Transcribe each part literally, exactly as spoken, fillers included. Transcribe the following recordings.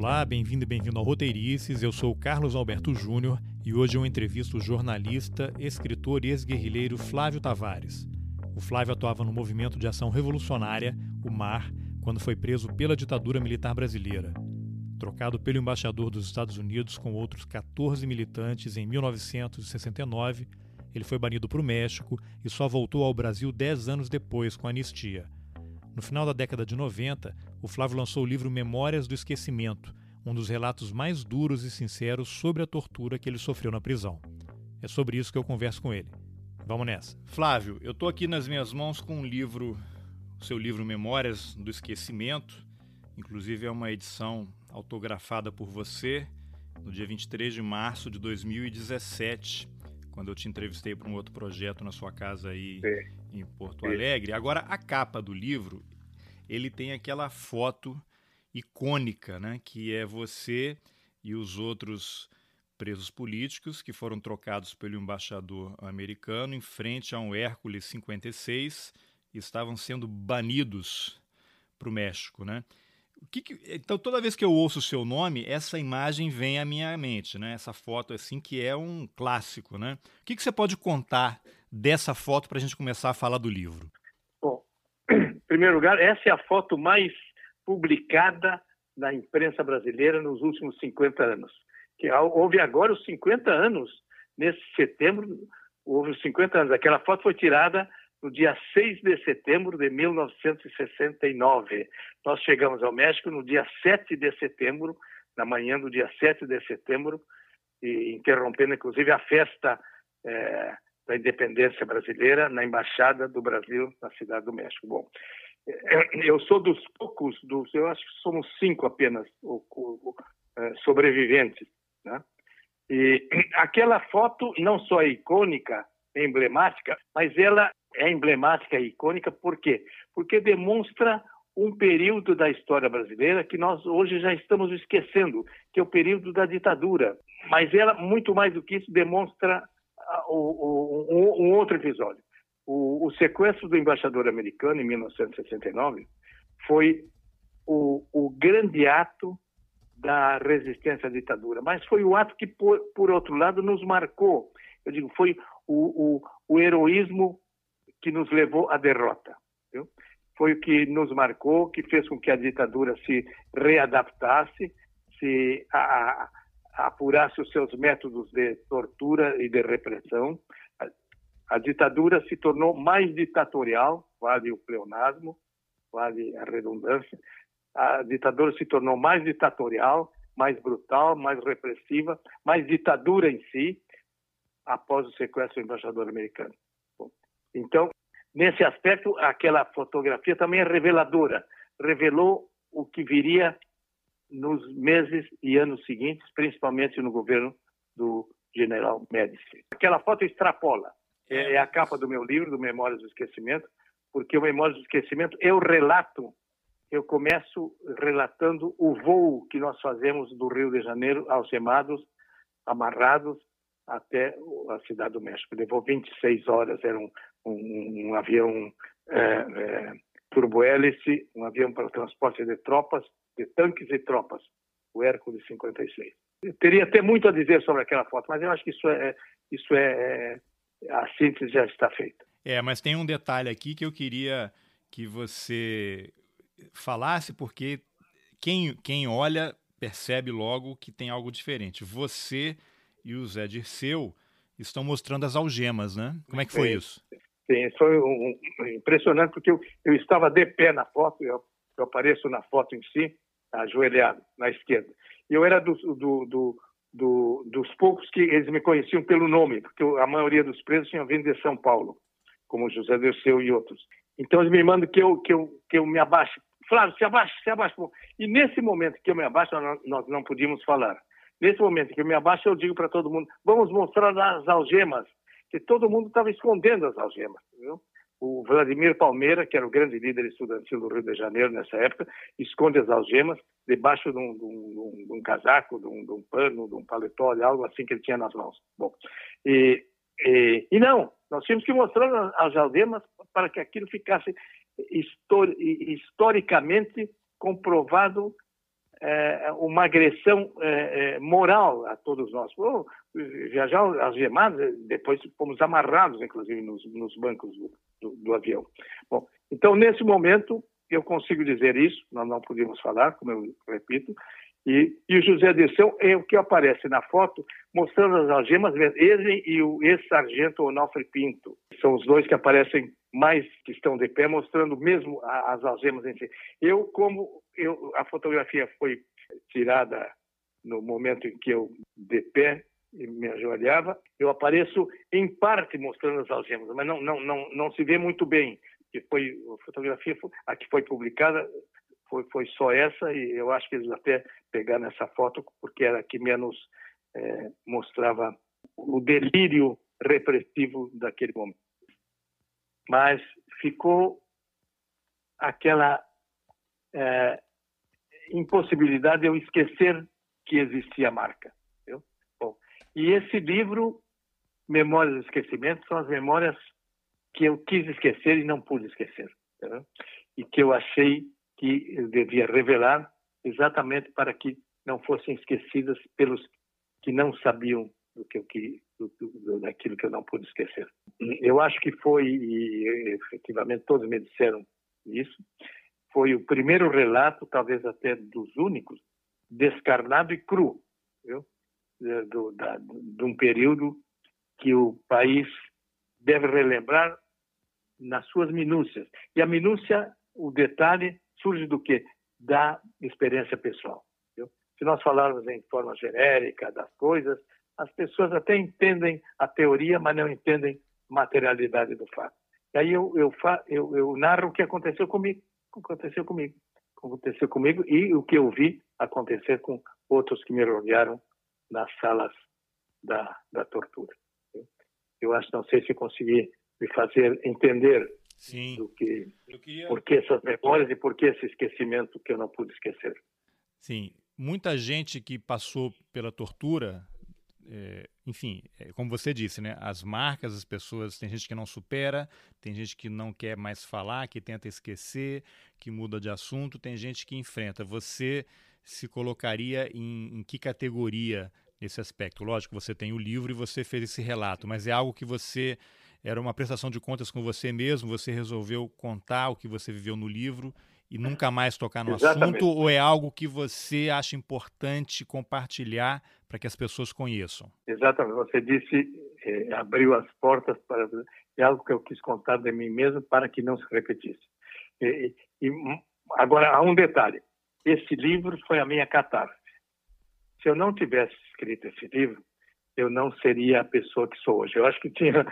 Olá, bem-vindo e bem-vindo ao Roteirices. Eu sou o Carlos Alberto Júnior e hoje eu entrevisto o jornalista, escritor e ex-guerrilheiro Flávio Tavares. O Flávio atuava no movimento de ação revolucionária, o M A R, quando foi preso pela ditadura militar brasileira. Trocado pelo embaixador dos Estados Unidos com outros quatorze militantes em mil novecentos e sessenta e nove, ele foi banido para o México e só voltou ao Brasil dez anos depois, com anistia. No final da década de noventa, o Flávio lançou o livro Memórias do Esquecimento, um dos relatos mais duros e sinceros sobre a tortura que ele sofreu na prisão. É sobre isso que eu converso com ele. Vamos nessa. Flávio, eu estou aqui nas minhas mãos com um livro, o seu livro Memórias do Esquecimento, inclusive é uma edição autografada por você, no dia vinte e três de março de dois mil e dezessete, quando eu te entrevistei para um outro projeto na sua casa aí Sim. em Porto Alegre. Agora, a capa do livro, ele tem aquela foto icônica, né, que é você e os outros presos políticos que foram trocados pelo embaixador americano em frente a um Hércules cinquenta e seis e estavam sendo banidos para o México, né? O que que, então, toda vez que eu ouço o seu nome, essa imagem vem à minha mente, né? Essa foto assim que é um clássico, né? O que, que você pode contar dessa foto para a gente começar a falar do livro? Bom, em primeiro lugar, essa é a foto mais publicada na imprensa brasileira nos últimos cinquenta anos. Que houve agora os cinquenta anos, nesse setembro, houve os cinquenta anos. Aquela foto foi tirada no dia seis de setembro de mil novecentos e sessenta e nove. Nós chegamos ao México no dia sete de setembro, na manhã do dia sete de setembro, e interrompendo, inclusive, a festa é, da independência brasileira na Embaixada do Brasil na Cidade do México. Bom, eu sou dos poucos, dos, eu acho que somos cinco apenas o, o, o, sobreviventes, né? E aquela foto não só é icônica, é emblemática, mas ela é emblemática e icônica por quê? Porque demonstra um período da história brasileira que nós hoje já estamos esquecendo, que é o período da ditadura. Mas ela, muito mais do que isso, demonstra uh, o, o, um outro episódio. O, o sequestro do embaixador americano, em mil novecentos e sessenta e nove, foi o, o grande ato da resistência à ditadura. Mas foi o ato que, por, por outro lado, nos marcou. Eu digo, foi o, o, o heroísmo que nos levou à derrota. Viu? Foi o que nos marcou, que fez com que a ditadura se readaptasse, se a, a, apurasse os seus métodos de tortura e de repressão. A, a ditadura se tornou mais ditatorial, vale o pleonasmo, vale a redundância. A ditadura se tornou mais ditatorial, mais brutal, mais repressiva, mais ditadura em si, após o sequestro do embaixador americano. Então, nesse aspecto, aquela fotografia também é reveladora. Revelou o que viria nos meses e anos seguintes, principalmente no governo do general Médici. Aquela foto extrapola. É a capa do meu livro, do Memórias do Esquecimento, porque o Memórias do Esquecimento é o relato. Eu começo relatando o voo que nós fazemos do Rio de Janeiro, algemados, amarrados, até a Cidade do México. Levou vinte e seis horas, era um, um, um avião é, é, turbohélice, um avião para o transporte de tropas, de tanques e tropas, o Hércules cinquenta e seis. Eu teria até muito a dizer sobre aquela foto, mas eu acho que isso é, isso é, é a síntese já está feita. É, mas tem um detalhe aqui que eu queria que você falasse, porque quem, quem olha percebe logo que tem algo diferente. Você e o Zé Dirceu estão mostrando as algemas, né? Como é que foi sim, isso? Sim, foi um, um, impressionante, porque eu, eu estava de pé na foto, eu, eu apareço na foto em si, ajoelhado, na esquerda. E eu era do, do, do, do, dos poucos que eles me conheciam pelo nome, porque a maioria dos presos tinha vindo de São Paulo, como José Dirceu e outros. Então eles me mandam que eu, que eu, que eu me abaixe. Flávio, se abaixe, se abaixe. E nesse momento que eu me abaixo, nós, nós não podíamos falar. Nesse momento que eu me abaixo, eu digo para todo mundo, vamos mostrar as algemas, que todo mundo estava escondendo as algemas. Viu? O Vladimir Palmeira, que era o grande líder estudantil do Rio de Janeiro nessa época, esconde as algemas debaixo de um, de um, de um casaco, de um, de um pano, de um paletó, algo assim que ele tinha nas mãos. Bom, e, e, e não, nós tínhamos que mostrar as algemas para que aquilo ficasse histori- historicamente comprovado é, uma agressão é, moral a todos nós. Oh, já já algemados, depois fomos amarrados, inclusive, nos, nos bancos do, do, do avião. Bom, então, nesse momento, eu consigo dizer isso, nós não podíamos falar, como eu repito, e, e o José Dirceu é o que aparece na foto, mostrando as algemas, ele e o ex-sargento Onofre Pinto. São os dois que aparecem mais, que estão de pé, mostrando mesmo as algemas em si. Eu, como eu, a fotografia foi tirada no momento em que eu, de pé, me ajoelhava, eu apareço em parte mostrando as algemas, mas não, não, não, não se vê muito bem. Que foi, a fotografia, a que foi publicada, foi, foi só essa, e eu acho que eles até pegaram essa foto porque era a que menos é, mostrava o delírio repressivo daquele momento. Mas ficou aquela é, impossibilidade de eu esquecer que existia a marca. Viu? Bom, e esse livro, Memórias e Esquecimentos, são as memórias que eu quis esquecer e não pude esquecer. Tá? E que eu achei que eu devia revelar exatamente para que não fossem esquecidas pelos que não sabiam do que eu que, do, do, daquilo que eu não pude esquecer. Eu acho que foi, e efetivamente todos me disseram isso, foi o primeiro relato, talvez até dos únicos, descarnado e cru, viu? Do, da, de um período que o país deve relembrar nas suas minúcias. E a minúcia, o detalhe, surge do quê? Da experiência pessoal. Viu? Se nós falarmos em forma genérica das coisas, as pessoas até entendem a teoria, mas não entendem a materialidade do fato. E aí eu, eu, eu, eu narro o que aconteceu comigo, o que aconteceu comigo, o que aconteceu comigo e o que eu vi acontecer com outros que me rodearam nas salas da, da tortura. Eu acho, não sei se consegui me fazer entender Sim. do que, eu queria... por que essas memórias e por que esse esquecimento que eu não pude esquecer. Sim, muita gente que passou pela tortura, é, enfim, é, como você disse, né, as marcas, as pessoas, tem gente que não supera, tem gente que não quer mais falar, que tenta esquecer, que muda de assunto, tem gente que enfrenta. Você se colocaria em, em que categoria nesse aspecto? Lógico, você tem o livro e você fez esse relato, mas é algo que você... Era uma prestação de contas com você mesmo? Você resolveu contar o que você viveu no livro e nunca mais tocar no Exatamente. assunto? Ou é algo que você acha importante compartilhar para que as pessoas conheçam? Exatamente. Você disse, eh, abriu as portas para... É algo que eu quis contar de mim mesmo para que não se repetisse. E, e, agora, há um detalhe. Esse livro foi a minha catarse. Se eu não tivesse escrito esse livro, eu não seria a pessoa que sou hoje. Eu acho que tinha...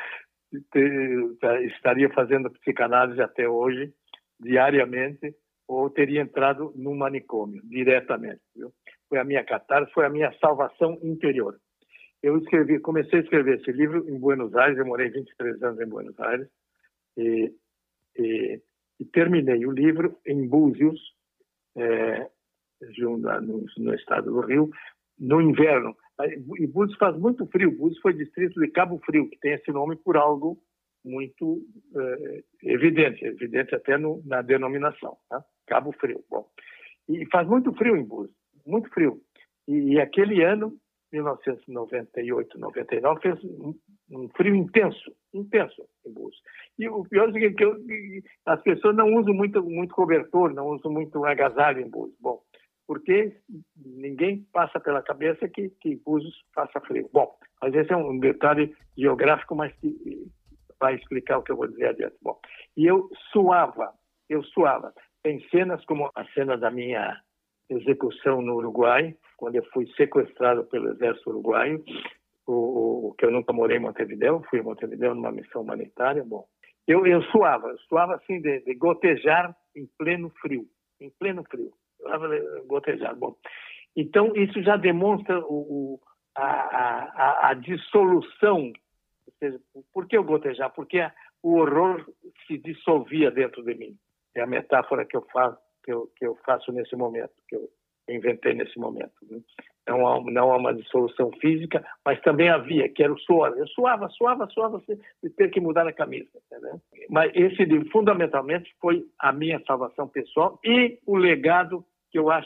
estaria fazendo psicanálise até hoje, diariamente, ou teria entrado num manicômio, diretamente. Viu? Foi a minha catarse, foi a minha salvação interior. Eu escrevi, comecei a escrever esse livro em Buenos Aires, eu morei vinte e três anos em Buenos Aires, e, e, e terminei o livro em Búzios, é, no, no estado do Rio, no inverno. E Búzios faz muito frio. Búzios foi distrito de Cabo Frio, que tem esse nome por algo muito eh, evidente, evidente até no, na denominação, tá? Cabo Frio. Bom, e faz muito frio em Búzios, muito frio. E, e aquele ano, mil novecentos e noventa e oito, noventa e nove, fez um, um frio intenso, intenso em Búzios. E o pior é que, eu, que as pessoas não usam muito, muito cobertor, não usam muito agasalho em Búzios. Bom, porque ninguém passa pela cabeça que, que Búzios faça frio. Bom, mas esse é um detalhe geográfico, mas que vai explicar o que eu vou dizer adiante. Bom, e eu suava, eu suava. Tem cenas como a cena da minha execução no Uruguai, quando eu fui sequestrado pelo exército uruguaio, o, o que eu nunca morei em Montevidéu, fui em Montevidéu numa missão humanitária. Bom, eu, eu suava, eu suava assim de, de gotejar em pleno frio, em pleno frio. Gotejar. Bom, então, isso já demonstra o, o, a, a, a dissolução. Ou seja, por que eu gotejar? Porque a, o horror se dissolvia dentro de mim. É a metáfora que eu faço, que eu, que eu faço nesse momento, que eu inventei nesse momento. Não há, não há uma dissolução física, mas também havia, que era o suor. Eu suava, suava, suava, de ter que mudar a camisa. Entendeu? Mas esse livro, fundamentalmente, foi a minha salvação pessoal e o legado que eu acho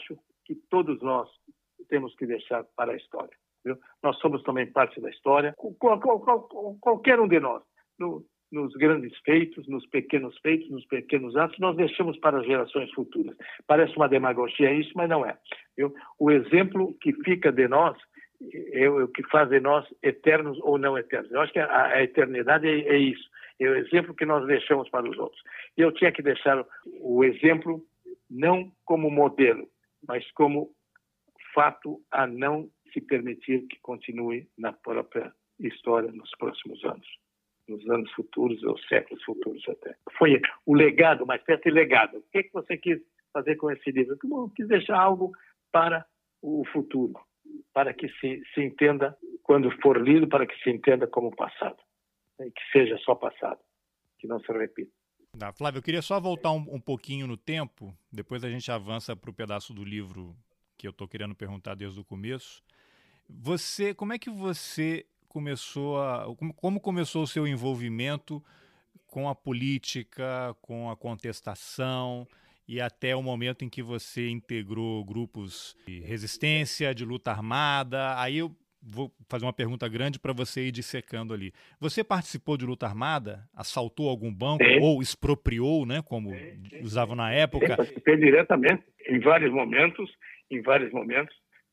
que todos nós temos que deixar para a história. Viu? Nós somos também parte da história, qual, qual, qual, qualquer um de nós, no, nos grandes feitos, nos pequenos feitos, nos pequenos atos, nós deixamos para as gerações futuras. Parece uma demagogia isso, mas não é. Viu? O exemplo que fica de nós é o que faz de nós eternos ou não eternos. Eu acho que a, a eternidade é, é isso, é o exemplo que nós deixamos para os outros. E eu tinha que deixar o exemplo não como modelo, mas como fato a não se permitir que continue na própria história nos próximos anos, nos anos futuros ou séculos futuros até. Foi o legado, uma espécie de legado. O que, é que você quis fazer com esse livro? Eu quis deixar algo para o futuro, para que se, se entenda, quando for lido, para que se entenda como passado, e que seja só passado, que não se repita. Ah, Flávio, eu queria só voltar um, um pouquinho no tempo, depois a gente avança para o pedaço do livro que eu estou querendo perguntar desde o começo. Você, como é que você começou a, como começou o seu envolvimento com a política, com a contestação e até o momento em que você integrou grupos de resistência, de luta armada? Aí eu vou fazer uma pergunta grande para você ir dissecando ali. Você participou de luta armada? Assaltou algum banco? Sim. Ou expropriou, né, como sim, sim, usavam na época? Sim, participei diretamente, em vários momentos, em vários momentos.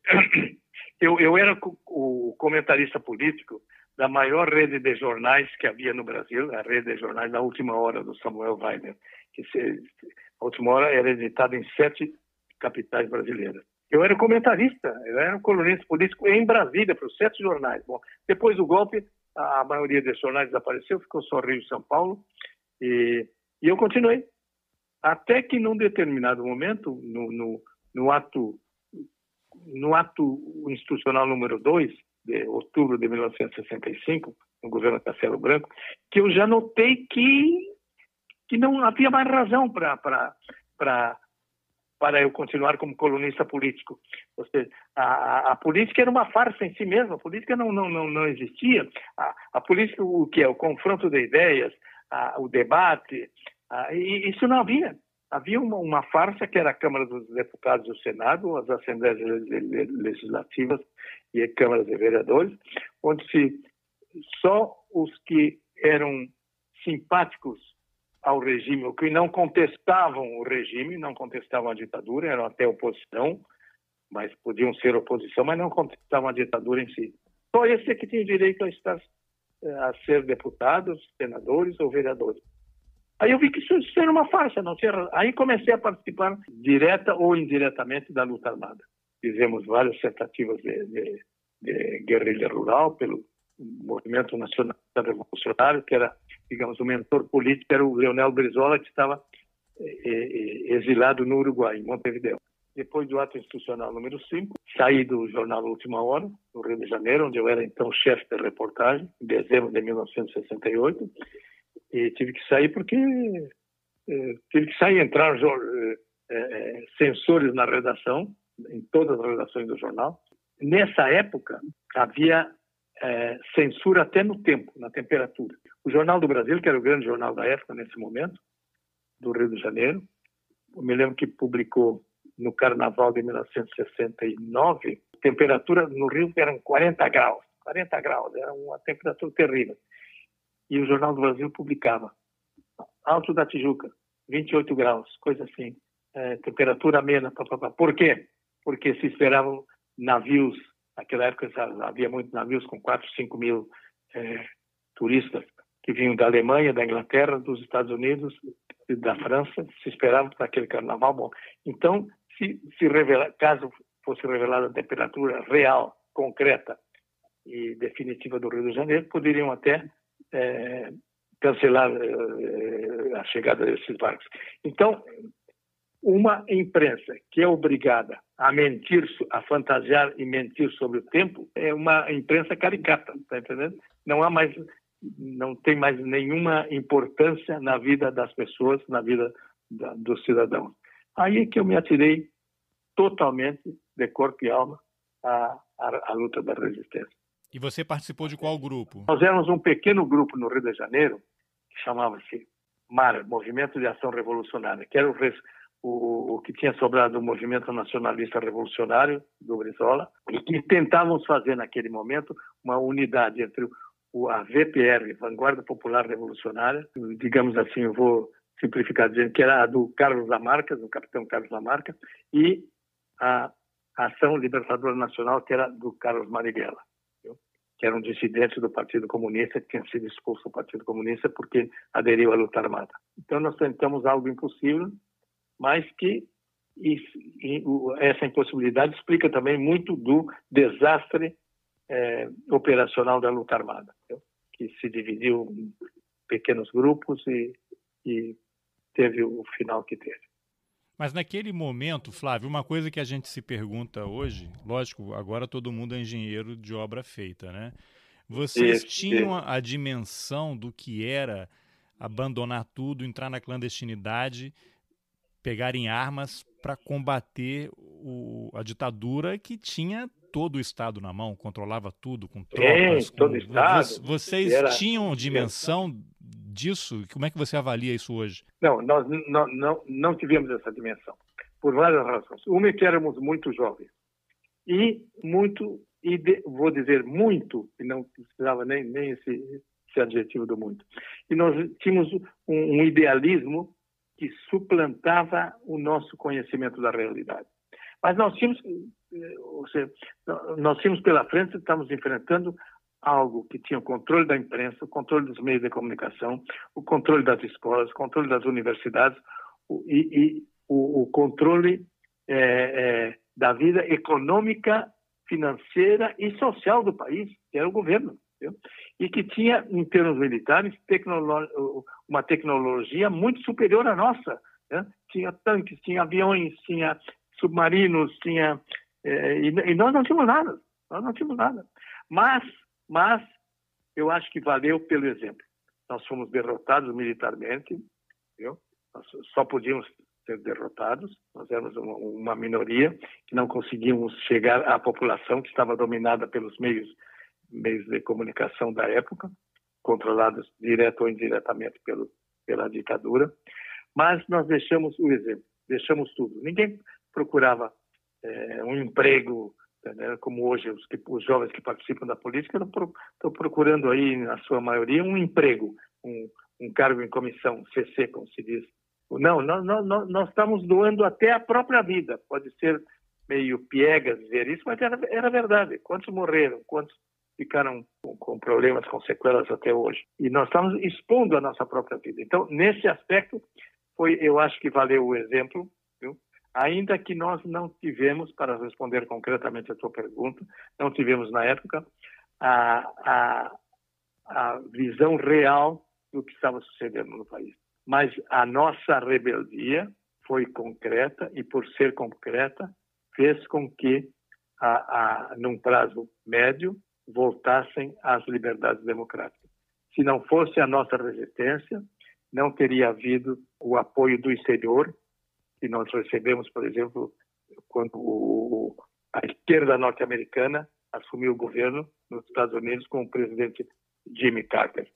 Eu, eu era o comentarista político da maior rede de jornais que havia no Brasil, a rede de jornais da Última Hora, do Samuel Weiner, que se, a Última Hora era editada em sete capitais brasileiras. Eu era comentarista, eu era um colunista político em Brasília, para os sete jornais. Bom, depois do golpe, a maioria dos jornais desapareceu, ficou só Rio e São Paulo, e, e eu continuei. Até que, num determinado momento, no, no, no ato... No ato institucional número dois, de outubro de mil novecentos e sessenta e cinco, no governo Castelo Branco, que eu já notei que, que não havia mais razão para para eu continuar como colunista político. Ou seja, a, a política era uma farsa em si mesma, a política não, não, não, não existia. A, a política, o que é? O confronto de ideias, a, o debate, a, e isso não havia. Havia uma, uma farsa que era a Câmara dos Deputados e o Senado, as Assembleias Legislativas e a Câmara de Vereadores, onde se, só os que eram simpáticos ao regime, ou que não contestavam o regime, não contestavam a ditadura, eram até oposição, mas podiam ser oposição, mas não contestavam a ditadura em si. Só esse é que tinha direito a estar a ser deputados, senadores ou vereadores. Aí eu vi que isso era uma farsa, não tinha... Aí comecei a participar direta ou indiretamente da luta armada. Fizemos várias tentativas de, de, de guerrilha rural pelo Movimento Nacional Revolucionário, que era, digamos, o mentor político, era o Leonel Brizola, que estava eh, exilado no Uruguai, em Montevideo. Depois do ato institucional número cinco, saí do jornal Última Hora, no Rio de Janeiro, onde eu era então chefe de reportagem, em dezembro de mil novecentos e sessenta e oito, e tive que sair porque eh, tive que sair, entrar eh, eh, censores na redação, em todas as redações do jornal. Nessa época, havia eh, censura até no tempo, na temperatura. O Jornal do Brasil, que era o grande jornal da época, nesse momento, do Rio de Janeiro, eu me lembro que publicou no Carnaval de mil novecentos e sessenta e nove, a temperatura no Rio eram quarenta graus, quarenta graus, era uma temperatura terrível. E o Jornal do Brasil publicava Alto da Tijuca, vinte e oito graus, coisa assim, é, temperatura amena. Pá, pá, pá. Por quê? Porque se esperavam navios, naquela época havia muitos navios com quatro, cinco mil é, turistas que vinham da Alemanha, da Inglaterra, dos Estados Unidos e da França, se esperavam para aquele carnaval. Bom, então, se, se revela, caso fosse revelada a temperatura real, concreta e definitiva do Rio de Janeiro, poderiam até É, cancelar é, a chegada desses barcos. Então, uma imprensa que é obrigada a mentir, a fantasiar e mentir sobre o tempo, é uma imprensa caricata, tá entendendo? Não há mais, não tem mais nenhuma importância na vida das pessoas, na vida da, dos cidadãos. Aí é que eu me atirei totalmente, de corpo e alma, à, à, à luta da resistência. E você participou de qual grupo? Nós éramos um pequeno grupo no Rio de Janeiro, que chamava-se MAR, Movimento de Ação Revolucionária, que era o, res, o, o que tinha sobrado do movimento nacionalista revolucionário do Brizola, e que tentávamos fazer naquele momento uma unidade entre o, a V P R, Vanguarda Popular Revolucionária, digamos assim, eu vou simplificar dizendo que era a do Carlos Lamarca, do capitão Carlos Lamarca, e a Ação Libertadora Nacional, que era do Carlos Marighella, viu? Que era um dissidente do Partido Comunista, que tinha sido expulso do Partido Comunista porque aderiu à luta armada. Então nós tentamos algo impossível, mas que isso, essa impossibilidade explica também muito do desastre é, operacional da luta armada, viu? Que se dividiu em pequenos grupos e, e teve o final que teve. Mas naquele momento, Flávio, uma coisa que a gente se pergunta hoje, lógico, agora todo mundo é engenheiro de obra feita, né? Vocês Isso, tinham isso. a dimensão do que era abandonar tudo, entrar na clandestinidade, pegarem armas para combater o, a ditadura que tinha todo o Estado na mão, controlava tudo, com tropas. Sim, todo com... o Estado. Vocês Era... tinham dimensão disso? Como é que você avalia isso hoje? Não, nós não, não, não tivemos essa dimensão, por várias razões. Uma é que éramos muito jovens e muito, e de, vou dizer muito, e não precisava nem, nem esse, esse adjetivo do muito. E nós tínhamos um, um idealismo que suplantava o nosso conhecimento da realidade. Mas nós tínhamos, ou seja, nós tínhamos pela frente, estamos enfrentando algo que tinha o controle da imprensa, o controle dos meios de comunicação, o controle das escolas, o controle das universidades o, e, e o, o controle é, é, da vida econômica, financeira e social do país, que era o governo. Viu? E que tinha, em termos militares, tecnolo- uma tecnologia muito superior à nossa. Né? Tinha tanques, tinha aviões, tinha submarinos, tinha... É, e, e nós não tínhamos nada. Nós não tínhamos nada. Mas Mas eu acho que valeu pelo exemplo. Nós fomos derrotados militarmente, viu? Nós só podíamos ser derrotados. Nós éramos uma, uma minoria que não conseguíamos chegar à população que estava dominada pelos meios, meios de comunicação da época, controlados direto ou indiretamente pelo, pela ditadura. Mas nós deixamos o exemplo, deixamos tudo. Ninguém procurava é, um emprego, como hoje os, que, os jovens que participam da política estão procurando aí, na sua maioria, um emprego, um, um cargo em comissão, C C, como se diz. Não, nós, nós, nós estamos doando até a própria vida. Pode ser meio piegas dizer isso, mas era, era verdade. Quantos morreram? Quantos ficaram com, com problemas, com sequelas até hoje? E nós estamos expondo a nossa própria vida. Então, nesse aspecto, foi, eu acho que valeu o exemplo, viu? Ainda que nós não tivemos, para responder concretamente a tua pergunta, não tivemos na época a, a, a visão real do que estava sucedendo no país. Mas a nossa rebeldia foi concreta e, por ser concreta, fez com que, a, a, num prazo médio, voltassem às liberdades democráticas. Se não fosse a nossa resistência, não teria havido o apoio do exterior, que nós recebemos, por exemplo, quando o, a esquerda norte-americana assumiu o governo nos Estados Unidos com o presidente Jimmy Carter,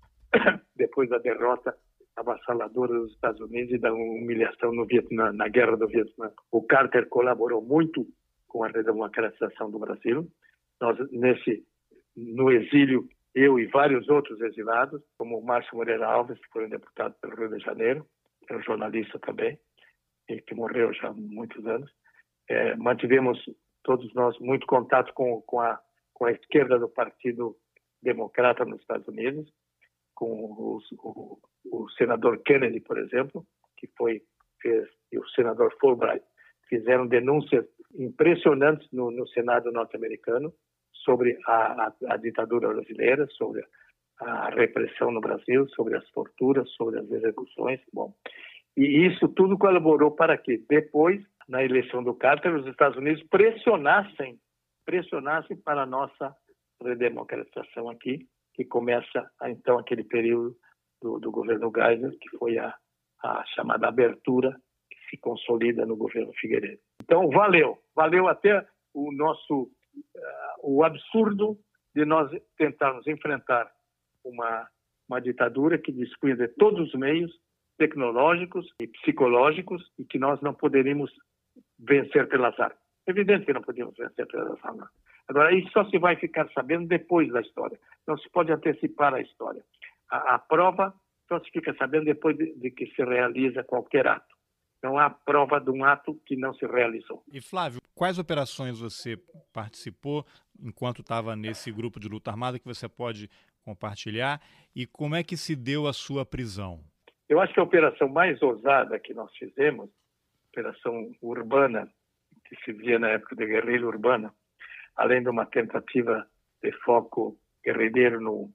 depois da derrota avassaladora dos Estados Unidos e da humilhação no Vietnã, na guerra do Vietnã. O Carter colaborou muito com a redemocratização do Brasil. Nós, nesse, no exílio, eu e vários outros exilados, como o Márcio Moreira Alves, que foi um deputado pelo Rio de Janeiro, é um jornalista também, que morreu já há muitos anos, é, mantivemos todos nós muito contato com, com, a, com a esquerda do Partido Democrata nos Estados Unidos, com os, o, o senador Kennedy, por exemplo, que foi, fez, e o senador Fulbright, fizeram denúncias impressionantes no, no Senado norte-americano sobre a, a, a ditadura brasileira, sobre a repressão no Brasil, sobre as torturas, sobre as execuções. Bom, e isso tudo colaborou para que, depois, na eleição do Carter, os Estados Unidos pressionassem, pressionassem para a nossa redemocratização aqui, que começa, então, aquele período do, do governo Geisel, que foi a, a chamada abertura, que se consolida no governo Figueiredo. Então, valeu. Valeu até o nosso, uh, o absurdo de nós tentarmos enfrentar uma, uma ditadura que dispunha de todos os meios tecnológicos e psicológicos e que nós não poderíamos vencer pelas armas. É evidente que não podíamos vencer pelas armas. Agora, isso só se vai ficar sabendo depois da história. Não se pode antecipar a história. A, a prova só se fica sabendo depois de, de que se realiza qualquer ato. Não há prova de um ato que não se realizou. E Flávio, quais operações você participou enquanto estava nesse grupo de luta armada que você pode compartilhar? E como é que se deu a sua prisão? Eu acho que a operação mais ousada que nós fizemos, operação urbana, que se via na época da guerrilha urbana, além de uma tentativa de foco guerrilheiro no,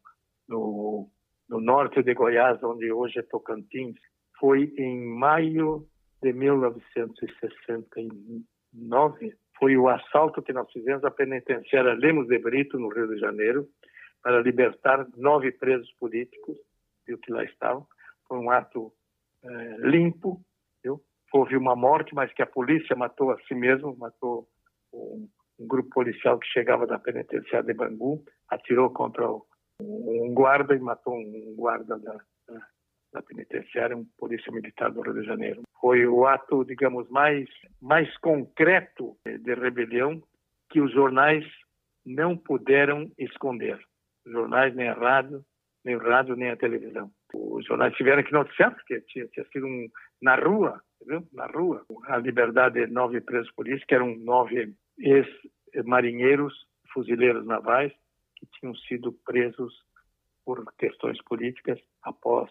no, no norte de Goiás, onde hoje é Tocantins, foi em maio de mil novecentos e sessenta e nove, foi o assalto que nós fizemos à penitenciária Lemos de Brito, no Rio de Janeiro, para libertar nove presos políticos, viu, que lá estavam. Foi um ato eh, limpo, viu? Houve uma morte, mas que a polícia matou a si mesmo, matou um, um grupo policial que chegava da penitenciária de Bangu, atirou contra o, um guarda e matou um guarda da, da, da penitenciária, um polícia militar do Rio de Janeiro. Foi o ato, digamos, mais, mais concreto de rebelião que os jornais não puderam esconder. Os jornais, nem a rádio, nem o rádio, nem a televisão. Os jornais tiveram que noticiar, porque tinha, tinha sido um, na rua, entendeu? Na rua, a liberdade de nove presos políticos, que eram nove ex-marinheiros, fuzileiros navais, que tinham sido presos por questões políticas após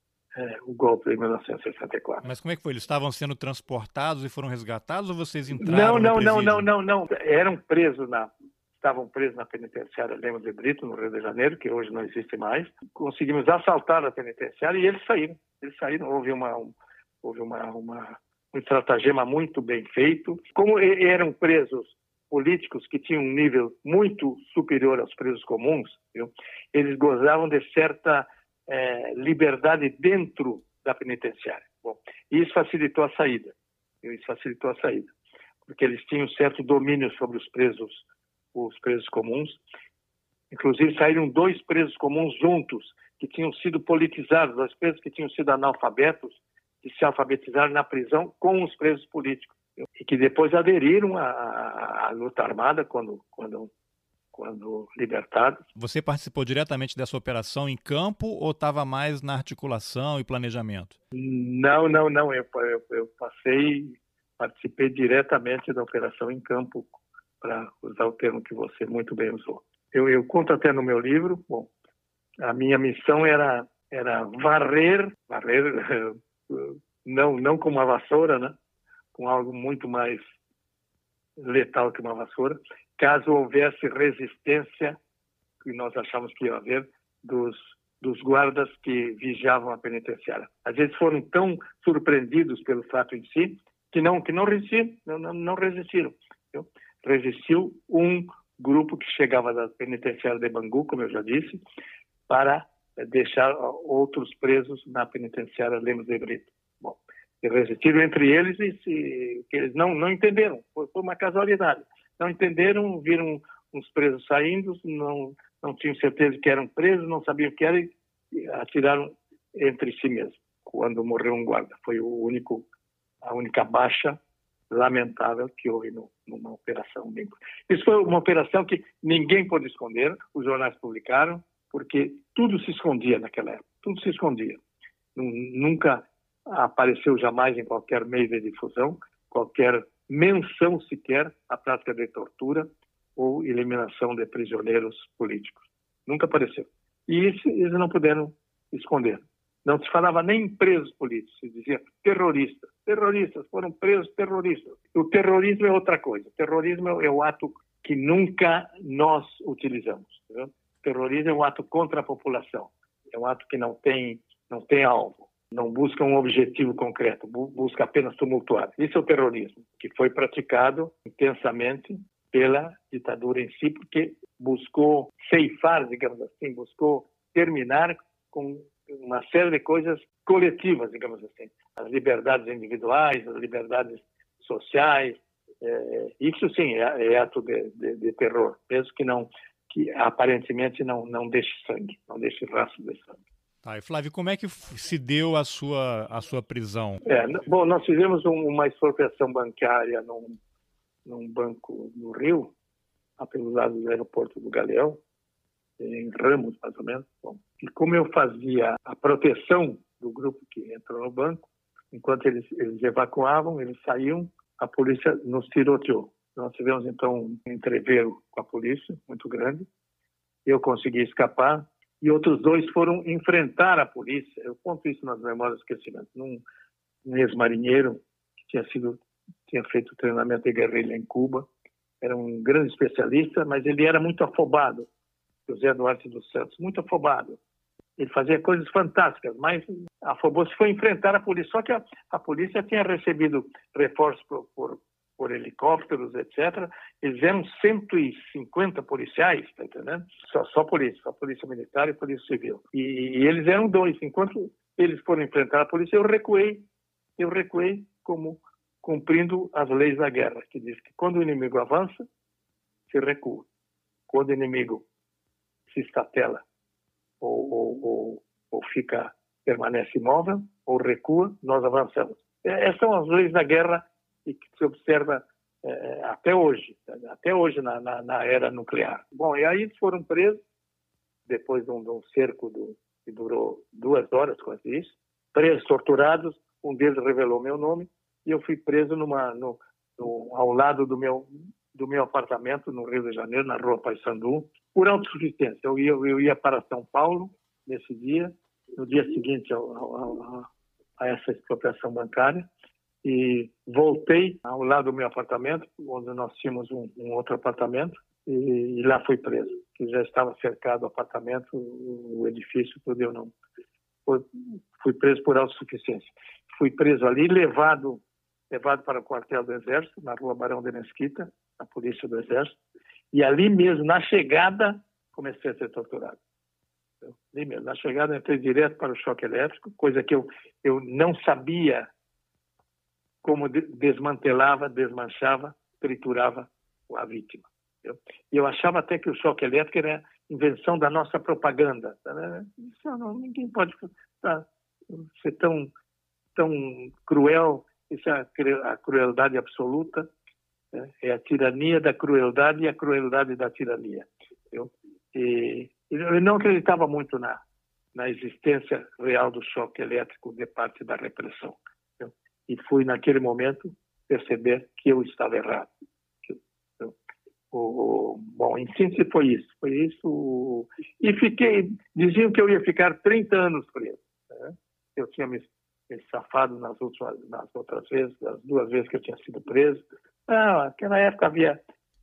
é, o golpe de mil novecentos e sessenta e quatro. Mas como é que foi? Eles estavam sendo transportados e foram resgatados ou vocês entraram não, não, no presídio? Não, não, não, não. Eram presos na... Estavam presos na penitenciária Lemos de Brito, no Rio de Janeiro, que hoje não existe mais. Conseguimos assaltar a penitenciária e eles saíram. Eles saíram. Houve uma, um, houve uma, uma, um estratagema muito bem feito. Como eram presos políticos que tinham um nível muito superior aos presos comuns, viu? Eles gozavam de certa é, liberdade dentro da penitenciária. Bom, isso facilitou a saída. Isso facilitou a saída. Porque eles tinham certo domínio sobre os presos os presos comuns. Inclusive, saíram dois presos comuns juntos, que tinham sido politizados, dois presos que tinham sido analfabetos, que se alfabetizaram na prisão com os presos políticos, e que depois aderiram à, à, à luta armada quando, quando, quando libertados. Você participou diretamente dessa operação em campo ou estava mais na articulação e planejamento? Não, não, não. Eu, eu, eu passei, participei diretamente da operação em campo, para usar o termo que você muito bem usou. Eu, eu conto até no meu livro, bom, a minha missão era, era varrer, varrer não, não com uma vassoura, né? Com algo muito mais letal que uma vassoura, caso houvesse resistência, que nós achamos que ia haver, dos, dos guardas que vigiavam a penitenciária. Às vezes foram tão surpreendidos pelo fato em si, que não, que não resistiram, não, não, não resistiram. Viu? Resistiu um grupo que chegava da penitenciária de Bangu, como eu já disse, para deixar outros presos na penitenciária Lemos de Brito. Bom, resistiram entre eles e se, que eles não, não entenderam, foi, foi uma casualidade. Não entenderam, viram uns presos saindo, não, não tinham certeza que eram presos, não sabiam o que era e atiraram entre si mesmos. Quando morreu um guarda, foi o único, a única baixa lamentável que houve no, numa operação. Isso foi uma operação que ninguém pôde esconder, os jornais publicaram, porque tudo se escondia naquela época, tudo se escondia. Nunca apareceu jamais em qualquer meio de difusão, qualquer menção sequer à prática de tortura ou eliminação de prisioneiros políticos. Nunca apareceu. E isso eles não puderam esconder. Não se falava nem em presos políticos, se dizia terroristas. Terroristas, foram presos terroristas. O terrorismo é outra coisa. O terrorismo é o ato que nunca nós utilizamos. Entendeu? O terrorismo é um ato contra a população. É um ato que não tem, não tem alvo, não busca um objetivo concreto, busca apenas tumultuar. Isso é o terrorismo, que foi praticado intensamente pela ditadura em si, porque buscou ceifar, digamos assim, buscou terminar com uma série de coisas coletivas, digamos assim. As liberdades individuais, as liberdades sociais, é, isso sim é, é ato de, de, de terror, mesmo que não, que aparentemente não, não deixe sangue, não deixe rastro de sangue. Tá, e Flávio, como é que se deu a sua, a sua prisão? É, bom, nós fizemos um, uma expropriação bancária num, num banco no Rio, lá pelo lado do aeroporto do Galeão, em Ramos, mais ou menos. Bom, e como eu fazia a proteção do grupo que entrou no banco, enquanto eles, eles evacuavam, eles saíam, a polícia nos tiroteou. Nós tivemos, então, um entreveiro com a polícia muito grande. Eu consegui escapar e outros dois foram enfrentar a polícia. Eu conto isso nas memórias do esquecimento. Num, um ex-marinheiro que tinha, sido, tinha feito treinamento de guerrilha em Cuba. Era um grande especialista, mas ele era muito afobado. José Duarte dos Santos, muito afobado. Ele fazia coisas fantásticas, mas afobou-se, foi enfrentar a polícia. Só que a, a polícia tinha recebido reforços por, por, por helicópteros, etcétera. Eles eram cento e cinquenta policiais, tá entendendo? Só, só polícia, só polícia militar e polícia civil. E, e eles eram dois. Enquanto eles foram enfrentar a polícia, eu recuei. Eu recuei como cumprindo as leis da guerra, que diz que quando o inimigo avança, se recua. Quando o inimigo se estatela ou, ou, ou, ou fica, permanece imóvel ou recua, nós avançamos. Essas são as leis da guerra e que se observa é, até hoje, até hoje na, na, na era nuclear. Bom, e aí eles foram presos, depois de um, de um cerco do, que durou duas horas, quase isso, presos, torturados, um deles revelou meu nome, e eu fui preso numa, no, no, ao lado do meu, do meu apartamento, no Rio de Janeiro, na rua Paissandu, por autossuficiência. Eu ia, eu ia para São Paulo nesse dia, no dia seguinte ao, ao, ao, a essa expropriação bancária, e voltei ao lado do meu apartamento, onde nós tínhamos um, um outro apartamento, e, e lá fui preso, que já estava cercado o apartamento, o, o edifício, tudo. Eu não fui, fui preso por autossuficiência. Fui preso ali, levado, levado para o quartel do Exército, na rua Barão de Mesquita, a polícia do Exército, e ali mesmo, na chegada, comecei a ser torturado. Ali mesmo, na chegada, entrei direto para o choque elétrico, coisa que eu, eu não sabia como desmantelava, desmanchava, triturava a vítima. E eu achava até que o choque elétrico era invenção da nossa propaganda. Isso não, ninguém pode tá, ser tão, tão cruel, isso é a crueldade absoluta, né? É a tirania da crueldade e a crueldade da tirania. Eu, e, eu não acreditava muito na, na existência real do choque elétrico de parte da repressão. E fui, naquele momento, perceber que eu estava errado. Eu, o, o, bom, em síntese, foi isso. Foi isso. E fiquei... Diziam que eu ia ficar trinta anos preso. Né? Eu tinha me, me safado nas, últimas, nas outras vezes, as duas vezes que eu tinha sido preso. Não, naquela época havia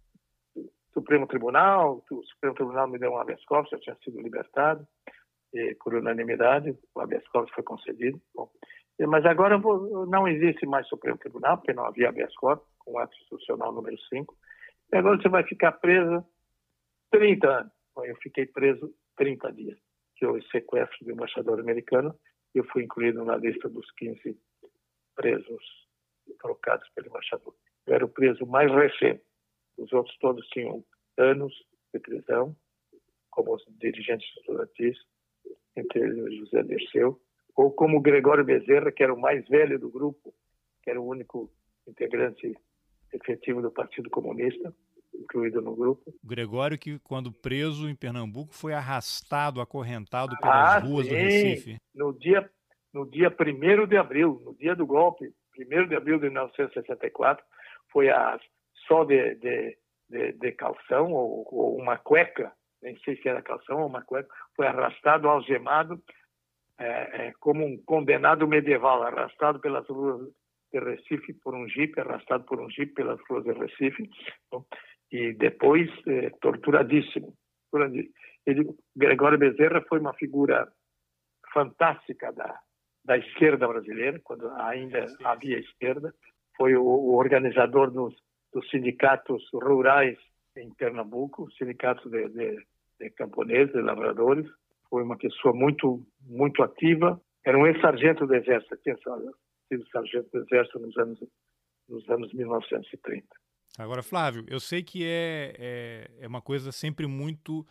Supremo Tribunal, o Supremo Tribunal me deu um habeas corpus, eu tinha sido libertado, e, por unanimidade, o habeas corpus foi concedido. Bom, mas agora vou, não existe mais Supremo Tribunal, porque não havia habeas corpus, com o ato institucional número cinco. E agora você vai ficar preso trinta anos. Bom, eu fiquei preso trinta dias, que houve sequestro do embaixador americano, e eu fui incluído na lista dos quinze presos trocados pelo embaixador. Eu era o preso mais recente. Os outros todos tinham anos de prisão, como os dirigentes estudantis, entre eles o José Dirceu, ou como o Gregório Bezerra, que era o mais velho do grupo, que era o único integrante efetivo do Partido Comunista, incluído no grupo. O Gregório, que quando preso em Pernambuco, foi arrastado, acorrentado pelas ah, ruas sim. do Recife. No dia, no dia primeiro de abril, no dia do golpe, primeiro de abril de mil novecentos e sessenta e quatro, foi a, só de, de, de, de calção ou, ou uma cueca, nem sei se era calção ou uma cueca, foi arrastado, algemado, É, é, como um condenado medieval, arrastado pelas ruas de Recife por um jipe, arrastado por um jipe pelas ruas de Recife, então, e depois é, torturadíssimo. torturadíssimo. Ele, Gregório Bezerra foi uma figura fantástica da, da esquerda brasileira, quando ainda sim, sim. havia esquerda, foi o, o organizador dos, dos sindicatos rurais em Pernambuco, sindicatos de, de, de camponeses, de lavradores. Foi uma pessoa muito, muito ativa. Era um ex-sargento do Exército, tinha sido sargento do Exército nos anos, nos anos mil novecentos e trinta. Agora, Flávio, eu sei que é, é, é uma coisa sempre muito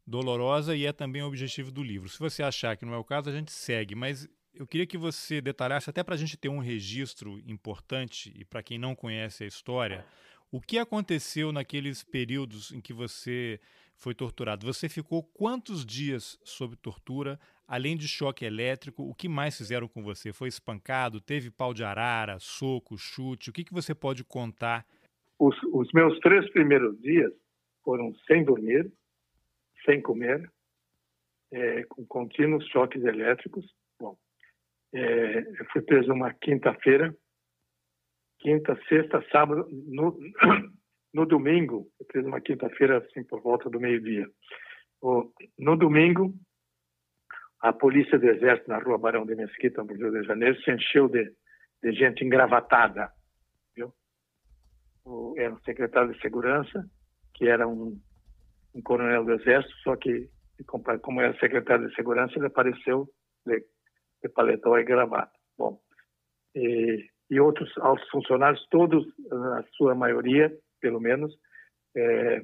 dolorosa e é também o objetivo do livro. Se você achar que não é o caso, a gente segue, mas eu queria que você detalhasse, até para a gente ter um registro importante e para quem não conhece a história, o que aconteceu naqueles períodos em que você foi torturado. Você ficou quantos dias sob tortura, além de choque elétrico? O que mais fizeram com você? Foi espancado? Teve pau de arara, soco, chute? O que, que você pode contar? Os, os meus três primeiros dias foram sem dormir, sem comer, é, com contínuos choques elétricos. Bom, é, eu fui preso uma quinta-feira, quinta, sexta, sábado, no, no domingo, eu preso uma quinta-feira, assim, por volta do meio-dia. No domingo, a polícia do Exército na rua Barão de Mesquita, no Rio de Janeiro, se encheu de, de gente engravatada. Viu? O, era um secretário de segurança, que era um, um coronel do Exército, só que, como era secretário de segurança, ele apareceu de, de paletó e gravata. Bom, e, e outros altos funcionários, todos, a sua maioria, pelo menos, é,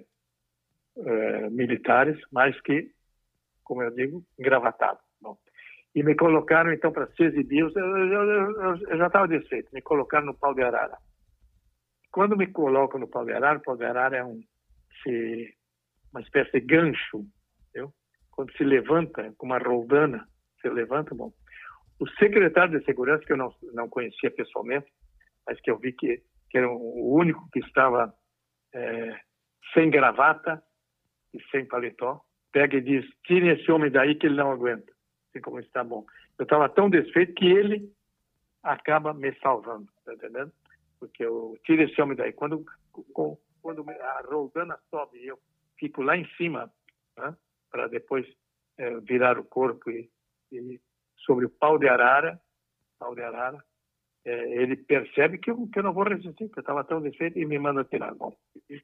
é, militares, mas que, como eu digo, engravatados. Bom, e me colocaram, então, para se exibir, eu, eu, eu, eu já estava desfeito, me colocaram no pau de arara. Quando me colocam no pau de arara, o pau de arara é um, se, uma espécie de gancho, viu? Quando se levanta, com uma roldana, se levanta, bom. O secretário de segurança, que eu não, não conhecia pessoalmente, mas que eu vi que, que era o único que estava é, sem gravata e sem paletó, pega e diz, tire esse homem daí que ele não aguenta. Assim como está bom. Eu estava tão desfeito que ele acaba me salvando, tá entendendo? Porque eu tiro esse homem daí. Quando, quando a roldana sobe, eu fico lá em cima, né, para depois é, virar o corpo e, e sobre o pau de arara, pau de arara, é, ele percebe que eu, que eu não vou resistir, que eu estava tão desfeito e me manda tirar. Bom, e,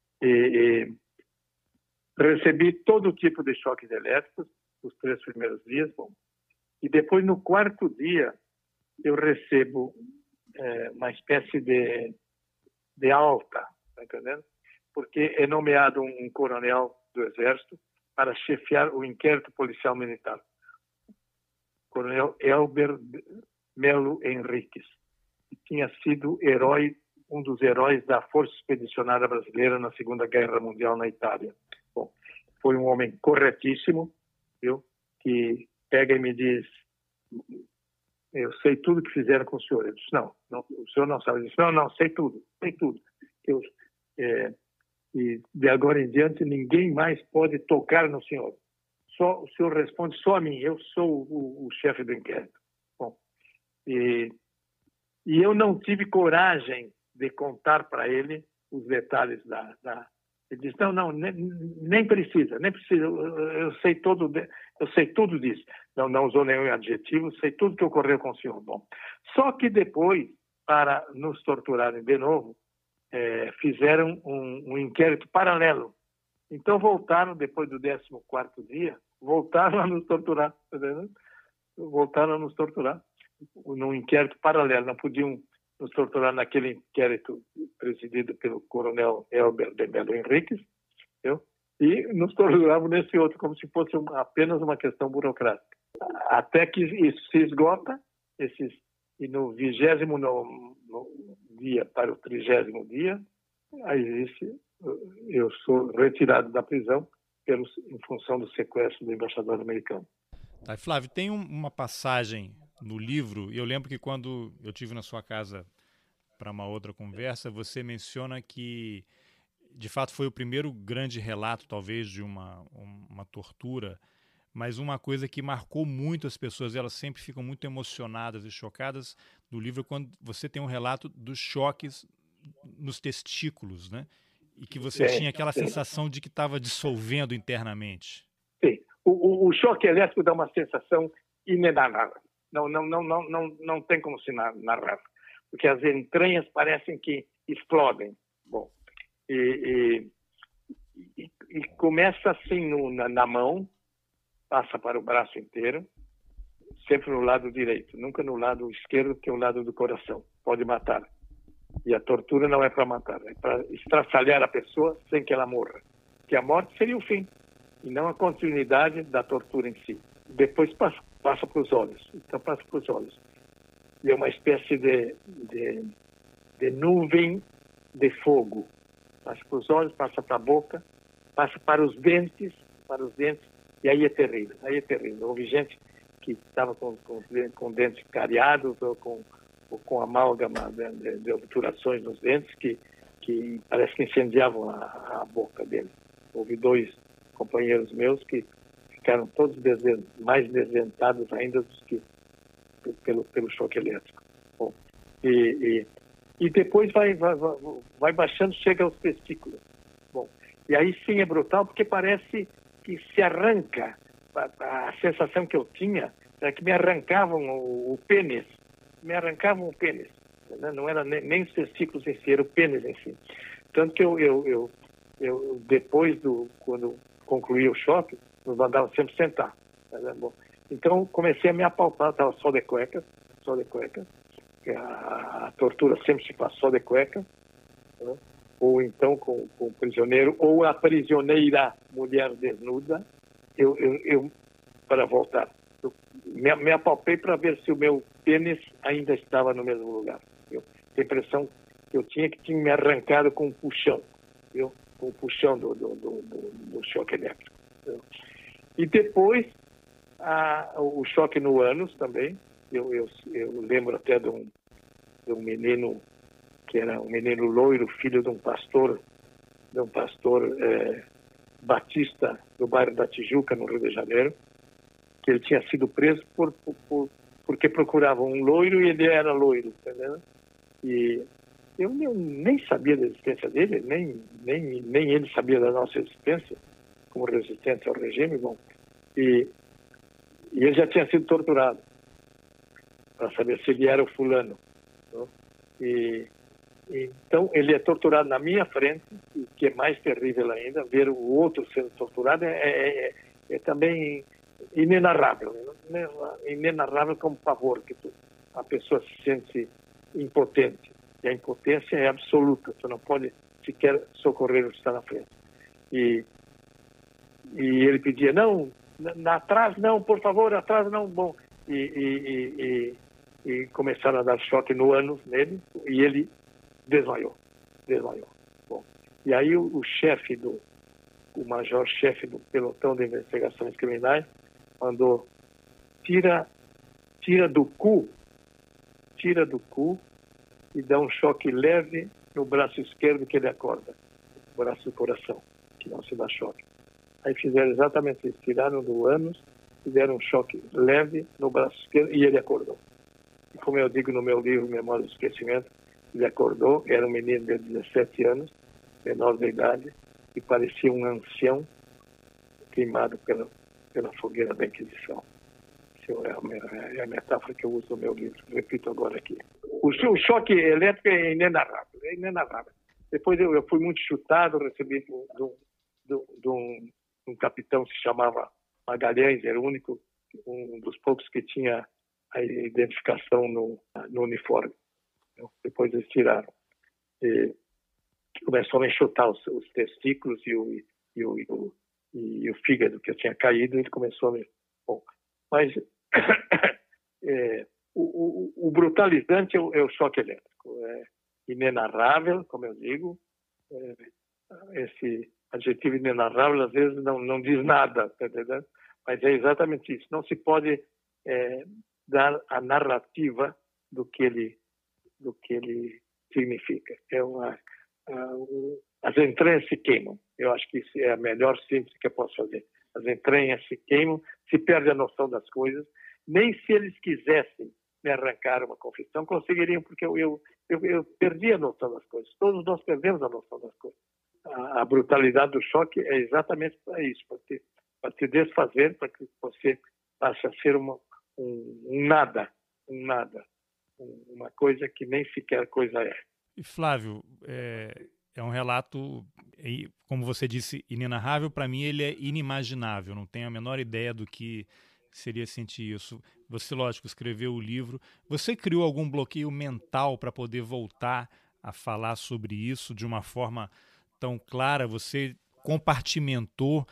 e recebi todo tipo de choques elétricos os três primeiros dias, bom, e depois no quarto dia eu recebo é, uma espécie de, de alta, tá entendendo? Porque é nomeado um, um coronel do Exército para chefiar o inquérito policial militar. Coronel Elber Melo Henriques, que tinha sido herói, um dos heróis da Força Expedicionária Brasileira na Segunda Guerra Mundial na Itália. Bom, foi um homem corretíssimo, viu? Que pega e me diz, eu sei tudo que fizeram com o senhor. Eu disse, não, não o senhor não sabe. Eu disse, não, não, sei tudo, sei tudo. Eu, é, e de agora em diante ninguém mais pode tocar no senhor. Só, o senhor responde só a mim, eu sou o, o chefe do inquérito. Bom, e, e eu não tive coragem de contar para ele os detalhes da... da ele disse, não, não, nem, nem precisa, nem precisa, eu, eu, sei todo, eu sei tudo disso. Não, não usou nenhum adjetivo, sei tudo que ocorreu com o senhor. Bom, só que depois, para nos torturarem de novo, é, fizeram um, um inquérito paralelo. Então voltaram, depois do décimo quarto dia, voltaram a nos torturar, tá entendendo? Voltaram a nos torturar num inquérito paralelo, não podiam nos torturar naquele inquérito presidido pelo coronel Elber de Melo Henriques, viu? E nos torturavam nesse outro, como se fosse uma, apenas uma questão burocrática. Até que isso se esgota, esses, e no vigésimo no, no dia para o trigésimo dia, aí existe, eu sou retirado da prisão pelos, em função do sequestro do embaixador americano. Tá, Flávio, tem um, uma passagem no livro, e eu lembro que quando eu estive na sua casa para uma outra conversa, você menciona que, de fato, foi o primeiro grande relato, talvez, de uma, uma tortura, mas uma coisa que marcou muito as pessoas, elas sempre ficam muito emocionadas e chocadas no livro, quando você tem um relato dos choques nos testículos, né? E que você sim, tinha aquela sim. sensação de que estava dissolvendo internamente. Sim, o, o, o choque elétrico dá uma sensação inenarrável. Não, não, não, não, não, não tem como se narrar, porque as entranhas parecem que explodem. Bom, e, e, e, e começa assim no, na, na mão, passa para o braço inteiro, sempre no lado direito, nunca no lado esquerdo, que é o lado do coração. Pode matar. E a tortura não é para matar, é para estraçalhar a pessoa sem que ela morra. Que a morte seria o fim. e não a continuidade da tortura em si. Depois passa, passa para os olhos, então passa para os olhos. E é uma espécie de, de, de nuvem de fogo. Passa para os olhos, passa para a boca, passa para os dentes, para os dentes, e aí é terrível, aí é terrível. Houve gente que estava com, com, com dentes cariados ou com, ou com amálgama de, de, de obturações nos dentes que, que parece que incendiavam a, a boca dele. Houve dois companheiros meus que ficaram todos desen, mais desdentados ainda do que pelo, pelo choque elétrico. Bom, e, e, e depois vai, vai, vai baixando, chega aos testículos. Bom, e aí sim é brutal, porque parece que se arranca. A, a sensação que eu tinha era que me arrancavam o, o pênis, me arrancavam o pênis. Né? Não era nem, nem os testículos em si, era o pênis em si. Tanto que eu, eu, eu, eu depois do, quando concluí o choque, nos mandavam sempre sentar. Né? Bom, então comecei a me apalpar, estava só de cueca, só de cueca. A, a tortura sempre se faz só de cueca, né? Ou então com, com o prisioneiro, ou a prisioneira mulher desnuda. Eu, eu, eu para voltar, eu me, me apalpei para ver se o meu pênis ainda estava no mesmo lugar. Eu, a impressão que eu tinha que tinha me arrancado com um puxão, viu? Com o puxão do, do, do, do, do choque elétrico. Viu? E depois, a, o choque no ânus também. Eu, eu, eu lembro até de um, de um menino, que era um menino loiro, filho de um pastor, de um pastor é, batista do bairro da Tijuca, no Rio de Janeiro, que ele tinha sido preso por, por, por, porque procurava um loiro e ele era loiro, entendeu? E eu, eu nem sabia da existência dele, nem, nem, nem ele sabia da nossa existência, como resistente ao regime, bom. E, e ele já tinha sido torturado, para saber se ele era o fulano. Não? E, então, ele é torturado na minha frente, o que é mais terrível ainda, ver o outro sendo torturado é, é, é, é também inenarrável, né? Inenarrável como pavor, que tu, a pessoa se sente impotente, e a impotência é absoluta, tu não pode sequer socorrer o que está na frente. E, e ele pedia, não, na, atrás não, por favor, atrás não, bom, e, e, e, e começaram a dar choque no ânus nele, e ele desmaiou, desmaiou. Bom, e aí o, o chefe do, o major-chefe do pelotão de investigações criminais mandou, tira, tira do cu, tira do cu e dá um choque leve no braço esquerdo que ele acorda, o braço do coração, que não se dá choque. Aí fizeram exatamente isso, tiraram do ânus e deram um choque leve no braço esquerdo e ele acordou. E como eu digo no meu livro Memória do Esquecimento, ele acordou, era um menino de dezessete anos, menor de idade, e parecia um ancião queimado pela, pela fogueira da Inquisição. Essa é a metáfora que eu uso no meu livro, repito agora aqui. O, o choque elétrico é inenarrável, é inenarrável. Depois eu, eu fui muito chutado, recebi de, de, de, um, um capitão que se chamava Magalhães, era o único, um dos poucos que tinha a identificação no, no uniforme. Depois eles tiraram. E começou a me chutar os, os testículos e o, e, o, e, o, e o fígado que eu tinha caído, e ele começou a me... Bom, mas é, o, o, o brutalizante é o, é o choque elétrico. É inenarrável, como eu digo. É, esse adjetivo inenarrável às vezes não, não diz nada, tá entendendo? Mas é exatamente isso. Não se pode é, dar a narrativa do que ele, do que ele significa. É uma, uh, as entranhas se queimam. Eu acho que isso é a melhor síntese que eu posso fazer. As entranhas se queimam, se perde a noção das coisas. Nem se eles quisessem me arrancar uma confissão, conseguiriam, porque eu, eu, eu, eu perdi a noção das coisas. Todos nós perdemos a noção das coisas. A, a brutalidade do choque é exatamente para isso, para te, para te desfazer, para que você passe a ser uma, um, um nada, um nada, um, uma coisa que nem sequer coisa é. E Flávio, é, é um relato, como você disse, inenarrável. Para mim ele é inimaginável, não tenho a menor ideia do que seria sentir isso. Você, lógico, escreveu o livro. Você criou algum bloqueio mental para poder voltar a falar sobre isso de uma forma tão clara? Você compartimentou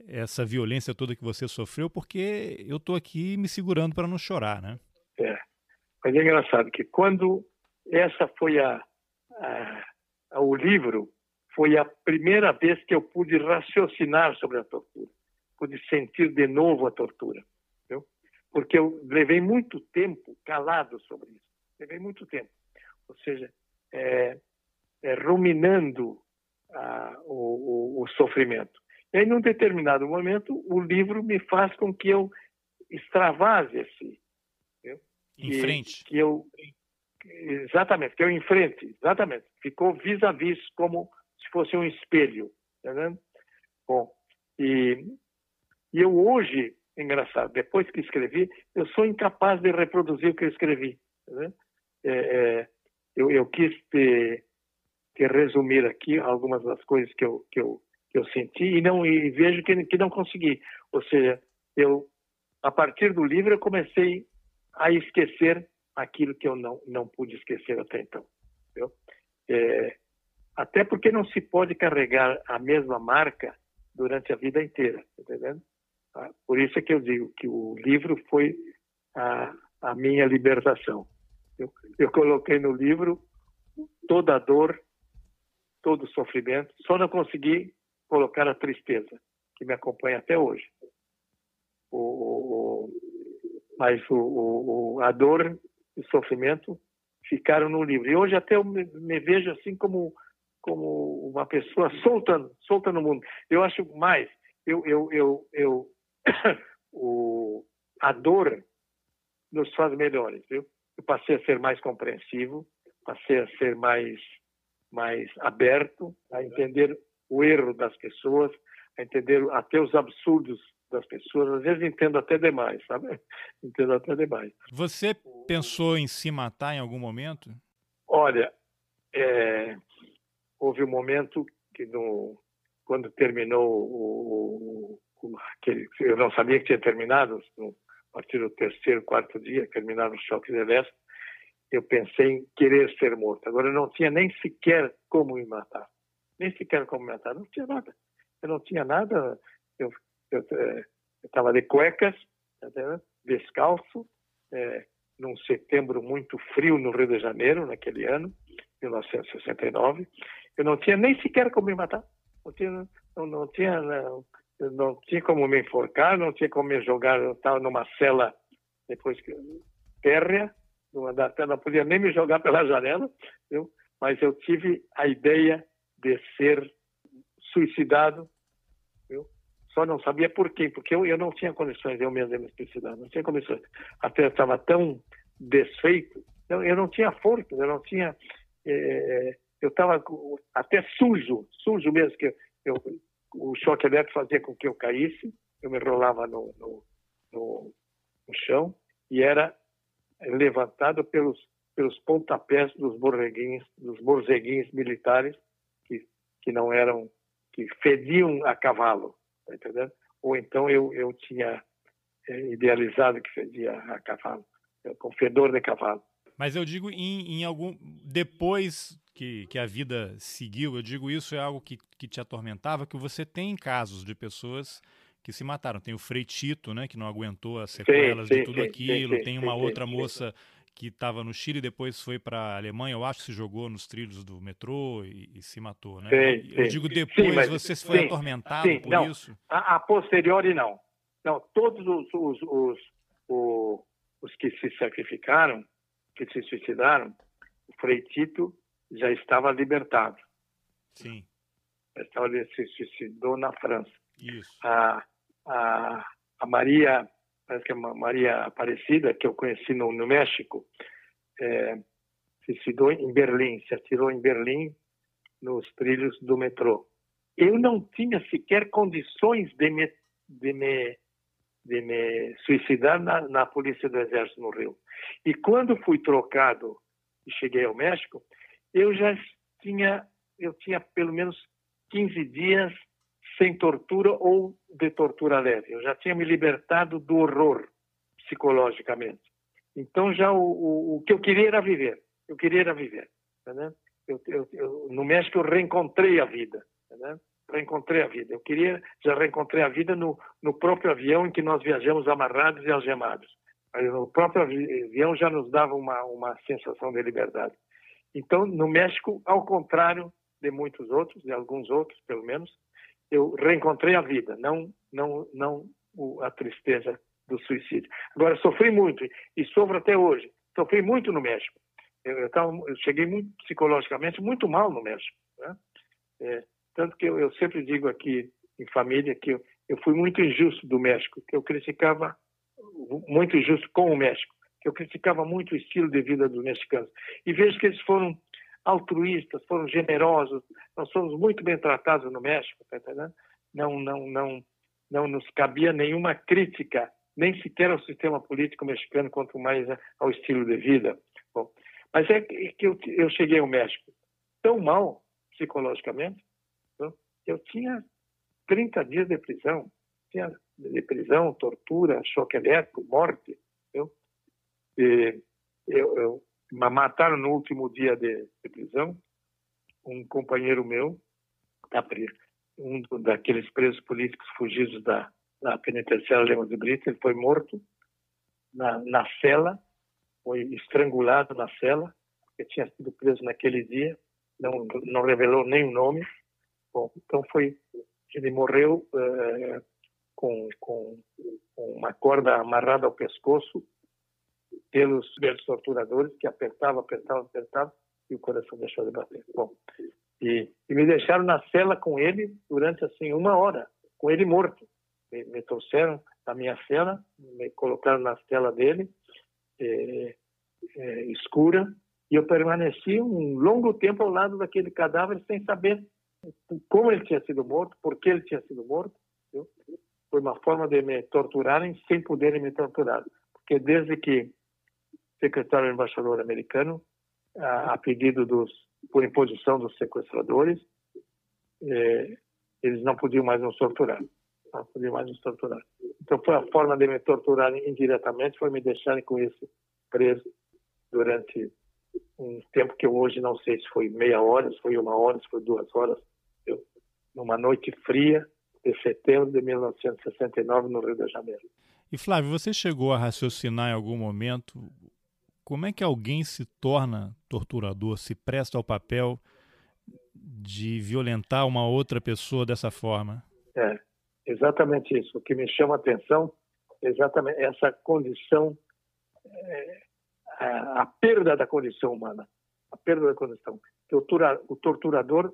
essa violência toda que você sofreu, porque eu estou aqui me segurando para não chorar, né? É. Mas é engraçado que quando essa foi a, a, a o livro, foi a primeira vez que eu pude raciocinar sobre a tortura, pude sentir de novo a tortura, viu? Porque eu levei muito tempo calado sobre isso, levei muito tempo, ou seja, é, é, ruminando a, o, o, o sofrimento. E aí, num determinado momento, o livro me faz com que eu extravase esse, viu? Em que, frente. Que eu, exatamente, que eu enfrente, exatamente. Ficou vis-a-vis, como se fosse um espelho, tá vendo? Bom, e, e eu hoje, engraçado, depois que escrevi, eu sou incapaz de reproduzir o que eu escrevi, tá vendo? É, é, eu, eu quis te, te resumir aqui algumas das coisas que eu, que eu, que eu senti e, não, e vejo que, que não consegui. Ou seja, eu, a partir do livro, eu comecei a esquecer aquilo que eu não, não pude esquecer até então. Viu? É, até porque não se pode carregar a mesma marca durante a vida inteira, tá entendendo? Por isso é que eu digo que o livro foi a, a minha libertação. Eu, eu coloquei no livro toda a dor, todo o sofrimento, só não consegui colocar a tristeza, que me acompanha até hoje. O, o, mas o, o, a dor e o sofrimento ficaram no livro. E hoje até eu me, me vejo assim como, como uma pessoa solta, solta no mundo. Eu acho mais, eu, eu, eu, eu o, a dor nos faz melhores, viu? Eu passei a ser mais compreensivo, passei a ser mais, mais aberto, a entender o erro das pessoas, a entender até os absurdos das pessoas. Às vezes entendo até demais, sabe? Entendo até demais. Você pensou em se matar em algum momento? Olha, é, houve um momento que, no, quando terminou o, o, aquele, eu não sabia que tinha terminado, no, a partir do terceiro, quarto dia, terminaram os choques elétricos, eu pensei em querer ser morto. Agora, eu não tinha nem sequer como me matar. Nem sequer como me matar. Não tinha nada. Eu não tinha nada. Eu estava de cuecas, descalço, é, num setembro muito frio no Rio de Janeiro, naquele ano, mil novecentos e sessenta e nove. Eu não tinha nem sequer como me matar. Não tinha, não, não tinha, não, não tinha como me enforcar, não tinha como me jogar. Eu estava numa cela depois que térrea, não, não podia nem me jogar pela janela, viu? Mas eu tive a ideia de ser suicidado, viu? Só não sabia por quê, porque eu, eu não tinha condições, eu mesmo de me suicidar, não tinha condições. Até eu estava tão desfeito, eu, eu não tinha força, eu não tinha... É, eu estava até sujo, sujo mesmo, que eu, o choque elétrico fazia com que eu caísse, eu me rolava no, no, no, no chão e era levantado pelos, pelos pontapés dos borreguinhos, dos morzeguinhos militares que, que não eram, que fediam a cavalo, tá entendendo? Ou então eu, eu tinha é, idealizado que fedia a cavalo, com fedor de cavalo. Mas eu digo em, em algum, depois que, que a vida seguiu, eu digo isso é algo que, que te atormentava, que você tem casos de pessoas que se mataram. Tem o Frei Tito, né, que não aguentou as sequelas sim, sim, de tudo sim, aquilo. Sim, tem uma sim, outra sim, moça sim. que estava no Chile e depois foi para a Alemanha, eu acho que se jogou nos trilhos do metrô e, e se matou, né? Sim, eu sim. digo depois, sim, mas, você foi sim, atormentado sim, por não, isso? A, a posteriori não. Não, todos os, os, os, os, os que se sacrificaram, que se suicidaram, o Frei Tito já estava libertado. Sim. Já estava, se suicidou na França. Isso. A, a, a Maria, parece que é uma Maria Aparecida, que eu conheci no, no México, é, se suicidou em Berlim, se atirou em Berlim nos trilhos do metrô. Eu não tinha sequer condições de me, de me, de me suicidar na, na Polícia do Exército no Rio. E quando fui trocado e cheguei ao México, eu já tinha, eu tinha pelo menos quinze dias sem tortura ou de tortura leve. Eu já tinha me libertado do horror psicologicamente. Então já o, o, o que eu queria era viver. Eu queria era viver. Tá, né? eu, eu, eu, no México eu reencontrei a vida. Tá, né? reencontrei a vida. Eu queria, já reencontrei a vida no, no próprio avião em que nós viajamos amarrados e algemados. O próprio avião já nos dava uma, uma sensação de liberdade. Então, no México, ao contrário de muitos outros, de alguns outros, pelo menos, eu reencontrei a vida, não, não, não a tristeza do suicídio. Agora, sofri muito, e sofro até hoje. Sofri muito no México. Eu, eu, tava, eu cheguei muito psicologicamente muito mal no México, né? É, tanto que eu, eu sempre digo aqui em família que eu, eu fui muito injusto do México, que eu criticava muito injusto com o México, que eu criticava muito o estilo de vida dos mexicanos. E vejo que eles foram altruístas, foram generosos, nós fomos muito bem tratados no México, tá entendendo? Não, não, não, não nos cabia nenhuma crítica, nem sequer ao sistema político mexicano, quanto mais ao estilo de vida. Bom, mas é que eu, eu cheguei ao México tão mal, psicologicamente, que eu tinha trinta dias de prisão, tinha de prisão, tortura, choque elétrico, morte. Eu, e, eu, eu me mataram no último dia de, de prisão um companheiro meu, um daqueles presos políticos fugidos da, da penitenciária Lemos de Brito. Ele foi morto na, na cela, foi estrangulado na cela, porque tinha sido preso naquele dia, não, não revelou nem o nome. Bom, então foi, ele morreu uh, com, com, com uma corda amarrada ao pescoço pelos, pelos torturadores, que apertavam, apertavam, apertavam, e o coração deixou de bater. Bom, e, e me deixaram na cela com ele durante, assim, uma hora, com ele morto. Me, me trouxeram da minha cela, me colocaram na cela dele, é, é, escura, e eu permaneci um longo tempo ao lado daquele cadáver sem saber como ele tinha sido morto, por que ele tinha sido morto. Viu? Foi uma forma de me torturarem sem poderem me torturar. Porque desde que o secretário embaixador americano, a, a pedido dos, por imposição dos sequestradores, eh, eles não podiam mais nos torturar. Não podiam mais nos torturar. Então foi a forma de me torturarem indiretamente, foi me deixarem com esse preso durante um tempo que eu hoje não sei se foi meia hora, se foi uma hora, se foi duas horas. Eu, numa noite fria de setembro de mil novecentos e sessenta e nove, no Rio de Janeiro. E Flávio, você chegou a raciocinar em algum momento como é que alguém se torna torturador, se presta ao papel de violentar uma outra pessoa dessa forma? É, exatamente isso. O que me chama a atenção é exatamente essa condição, é, a, a perda da condição humana, a perda da condição. Tortura, o torturador,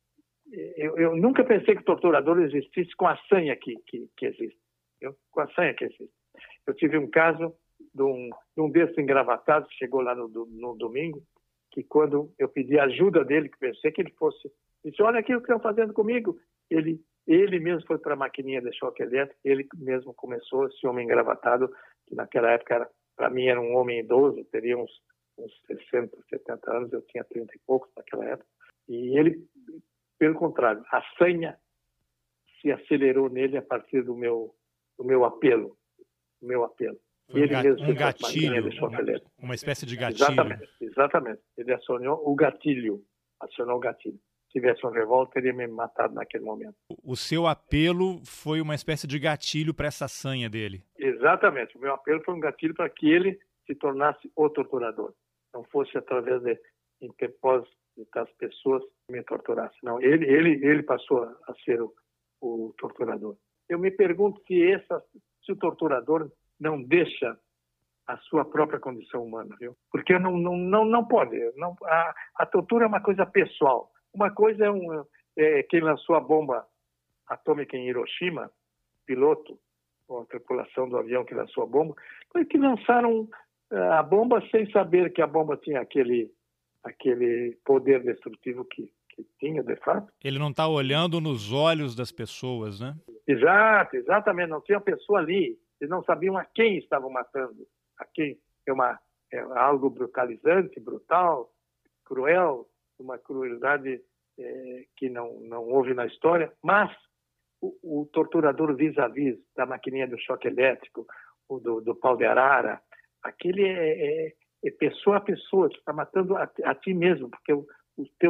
eu, eu nunca pensei que o torturador existisse com a sanha que, que, que existe. Eu, com a sanha que existe. Eu tive um caso de um, de um desses engravatados que chegou lá no, no domingo, que quando eu pedi a ajuda dele, que pensei que ele fosse, disse, olha aqui o que estão fazendo comigo. Ele, ele mesmo foi para a maquininha de choque elétrico, ele mesmo começou, esse homem engravatado, que naquela época, era, para mim, era um homem idoso, teria uns, uns sessenta, setenta anos, eu tinha trinta e poucos naquela época. E ele, pelo contrário, a sanha se acelerou nele a partir do meu, do meu apelo, do meu apelo. Um, ele ga mesmo um gatilho, uma, uma espécie de gatilho. Exatamente, exatamente. Ele acionou o gatilho, acionou o gatilho. Se tivesse um revólver, teria me matado naquele momento. O seu apelo foi uma espécie de gatilho para essa sanha dele. Exatamente. O meu apelo foi um gatilho para que ele se tornasse o torturador. Não fosse através de interpós das pessoas que me torturassem. Não, ele, ele, ele passou a ser o, o torturador. Eu me pergunto se, essa, se o torturador não deixa a sua própria condição humana, viu? Porque não, não, não, não pode. Não, a, a tortura é uma coisa pessoal. Uma coisa é, um, é quem lançou a bomba atômica em Hiroshima, piloto, ou a tripulação do avião que lançou a bomba, foi que lançaram a bomba sem saber que a bomba tinha aquele, aquele poder destrutivo que, que tinha, de fato. Ele não está olhando nos olhos das pessoas, né? Exato, exatamente. Não tinha pessoa ali. Eles não sabiam a quem estavam matando. A quem é, uma, é algo brutalizante, brutal, cruel, uma crueldade é, que não, não houve na história. Mas o, o torturador vis-a-vis da maquininha do choque elétrico, o do, do pau de arara, aquele é, é, é pessoa a pessoa. Tu está matando a, a ti mesmo, porque o, o, teu,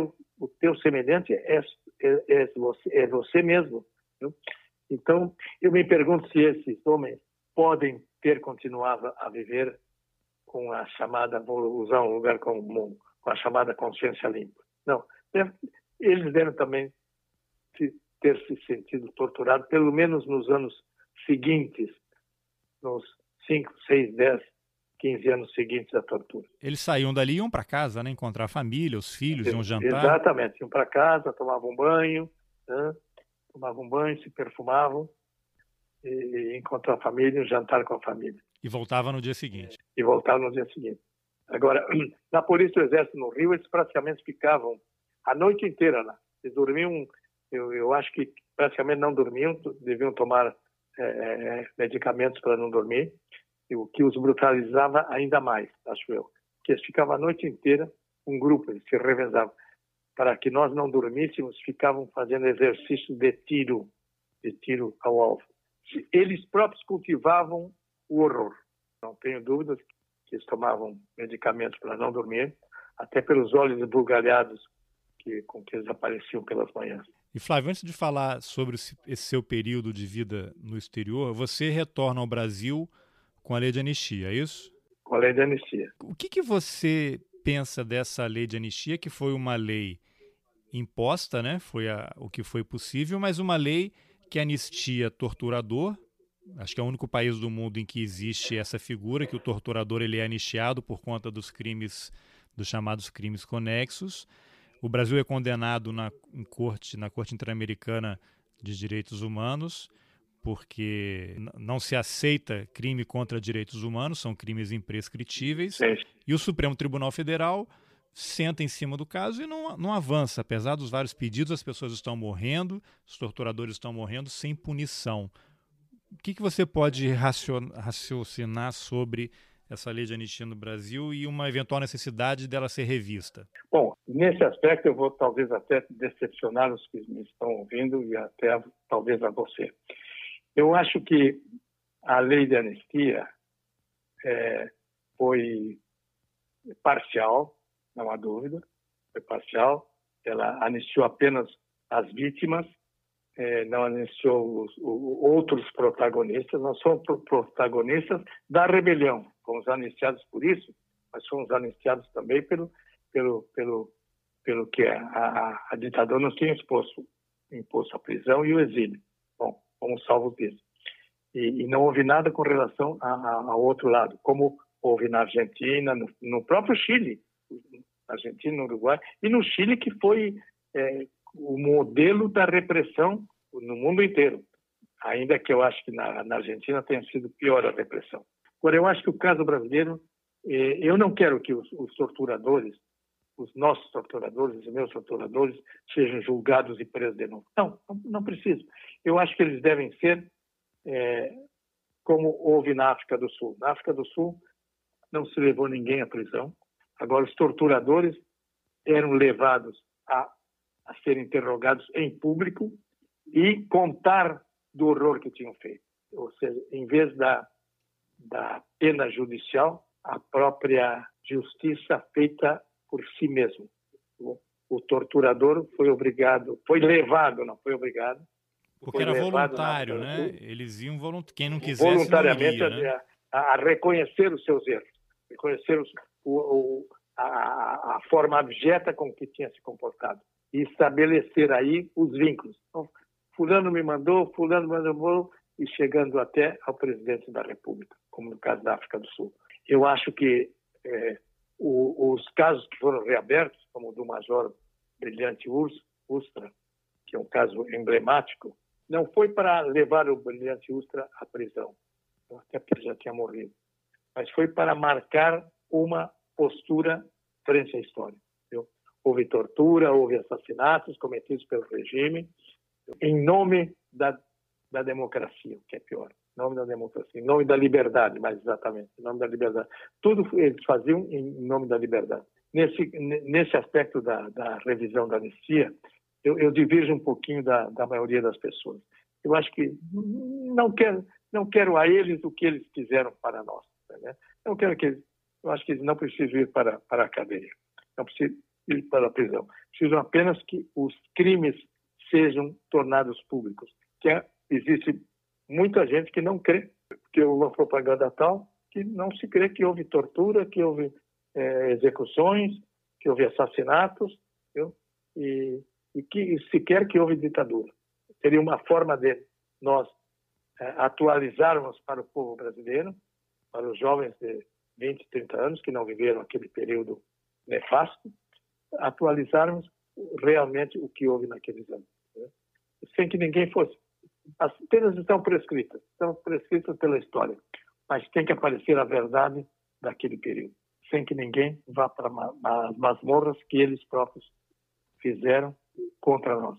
o teu semelhante é, é, é, você, é você mesmo. Viu? Então, eu me pergunto se esses homens podem ter continuado a viver com a chamada, vou usar um lugar comum, com a chamada consciência limpa. Não, deve, eles devem também se, ter se sentido torturados, pelo menos nos anos seguintes, nos cinco, seis, dez, quinze anos seguintes à tortura. Eles saíam dali e iam para casa, né? Encontrar a família, os filhos, iam jantar. Exatamente, iam para casa, tomavam banho, né? tomavam banho, se perfumavam, e, e encontravam a família, iam jantar com a família. E voltava no dia seguinte. E voltavam no dia seguinte. Agora, na Polícia do Exército no Rio, eles praticamente ficavam a noite inteira lá. Eles dormiam, eu, eu acho que praticamente não dormiam, deviam tomar é, medicamentos para não dormir, o que os brutalizava ainda mais, acho eu. Que eles ficavam a noite inteira, um grupo, eles se revezavam. Para que nós não dormíssemos, ficavam fazendo exercícios de tiro, de tiro ao alvo. Eles próprios cultivavam o horror. Não tenho dúvidas que eles tomavam medicamentos para não dormir, até pelos olhos esbugalhados que, com que eles apareciam pelas manhãs. E Flávio, antes de falar sobre esse seu período de vida no exterior, você retorna ao Brasil com a lei de anistia, é isso? Com a lei de anistia. O que, que você pensa dessa lei de anistia, que foi uma lei imposta, né? Foi a, o que foi possível, mas uma lei que anistia torturador. Acho que é o único país do mundo em que existe essa figura, que o torturador ele é anistiado por conta dos crimes, dos chamados crimes conexos. O Brasil é condenado na, em corte, na Corte Interamericana de Direitos Humanos, porque não se aceita crime contra direitos humanos, são crimes imprescritíveis. Sim. E o Supremo Tribunal Federal senta em cima do caso e não, não avança. Apesar dos vários pedidos, as pessoas estão morrendo, os torturadores estão morrendo sem punição. O que, que você pode raciocinar sobre essa lei de anistia no Brasil e uma eventual necessidade dela ser revista? Bom, nesse aspecto eu vou talvez até decepcionar os que me estão ouvindo e até talvez a você. Eu acho que a lei de anistia é, foi parcial, não há dúvida, foi parcial. Ela anistiou apenas as vítimas, é, não anistiou os, os outros protagonistas. Nós somos protagonistas da rebelião, fomos anistiados por isso, mas fomos anistiados também pelo, pelo, pelo, pelo que a, a, a ditadura nos tinha exposto, imposto a prisão e o exílio. Bom, fomos salvos disso. E, e não houve nada com relação a, a, ao outro lado, como houve na Argentina, no, no próprio Chile, na Argentina, no Uruguai, e no Chile, que foi é, o modelo da repressão no mundo inteiro. Ainda que eu acho que na, na Argentina tenha sido pior a repressão. Agora, eu acho que o caso brasileiro, eh, eu não quero que os, os torturadores, os nossos torturadores, os meus torturadores, sejam julgados e presos de novo. Não, não, não preciso. Eu acho que eles devem ser é, como houve na África do Sul. Na África do Sul não se levou ninguém à prisão. Agora, os torturadores eram levados a, a ser interrogados em público e contar do horror que tinham feito. Ou seja, em vez da, da pena judicial, a própria justiça feita por si mesmo. O, o torturador foi obrigado, foi levado, não foi obrigado. Porque era voluntário, né? Eles iam volunt... quem não quisesse voluntariamente não iria, né? a, a reconhecer os seus erros, reconhecer os, o, o, a, a forma abjeta com que tinha se comportado e estabelecer aí os vínculos. Então, fulano me mandou, fulano me mandou, e chegando até ao presidente da República, como no caso da África do Sul. Eu acho que é, o, os casos que foram reabertos, como o do Major Brilhante Ustra, que é um caso emblemático, não foi para levar o Brilhante Ustra à prisão, até porque ele já tinha morrido, mas foi para marcar uma postura frente à história. Viu? Houve tortura, houve assassinatos cometidos pelo regime, em nome da, da democracia, o que é pior. Em nome da democracia, em nome da liberdade, mais exatamente, em nome da liberdade. Tudo eles faziam em nome da liberdade. Nesse, nesse aspecto da, da revisão da anistia, eu, eu divirjo um pouquinho da, da maioria das pessoas. Eu acho que não quero, não quero a eles o que eles fizeram para nós. Né? Não quero que eles, eu acho que eles não precisam ir para, para a cadeia. Não precisam, ir para a prisão. Precisam apenas que os crimes sejam tornados públicos. Que é, existe muita gente que não crê que houve uma propaganda tal, que não se crê que houve tortura, que houve é, execuções, que houve assassinatos, viu? E, e que sequer que houve ditadura. Seria uma forma de nós é, atualizarmos para o povo brasileiro, para os jovens de vinte, trinta anos que não viveram aquele período nefasto, atualizarmos realmente o que houve naqueles anos, né? Sem que ninguém fosse. As penas estão prescritas, estão prescritas pela história, mas tem que aparecer a verdade daquele período, sem que ninguém vá para as masmorras que eles próprios fizeram contra nós.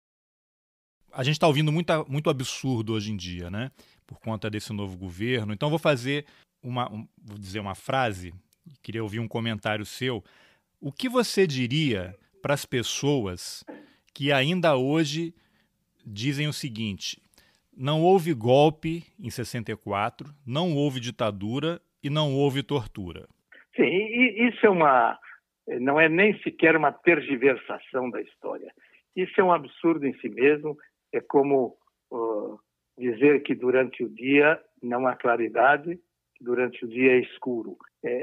A gente está ouvindo muita, muito absurdo hoje em dia, né? Por conta desse novo governo. Então, vou fazer uma, um, vou dizer uma frase, queria ouvir um comentário seu. O que você diria para as pessoas que ainda hoje dizem o seguinte: não houve golpe em sessenta e quatro, não houve ditadura e não houve tortura? Sim, e isso é uma, não é nem sequer uma tergiversação da história. Isso é um absurdo em si mesmo. É como uh, dizer que durante o dia não há claridade, que durante o dia é escuro.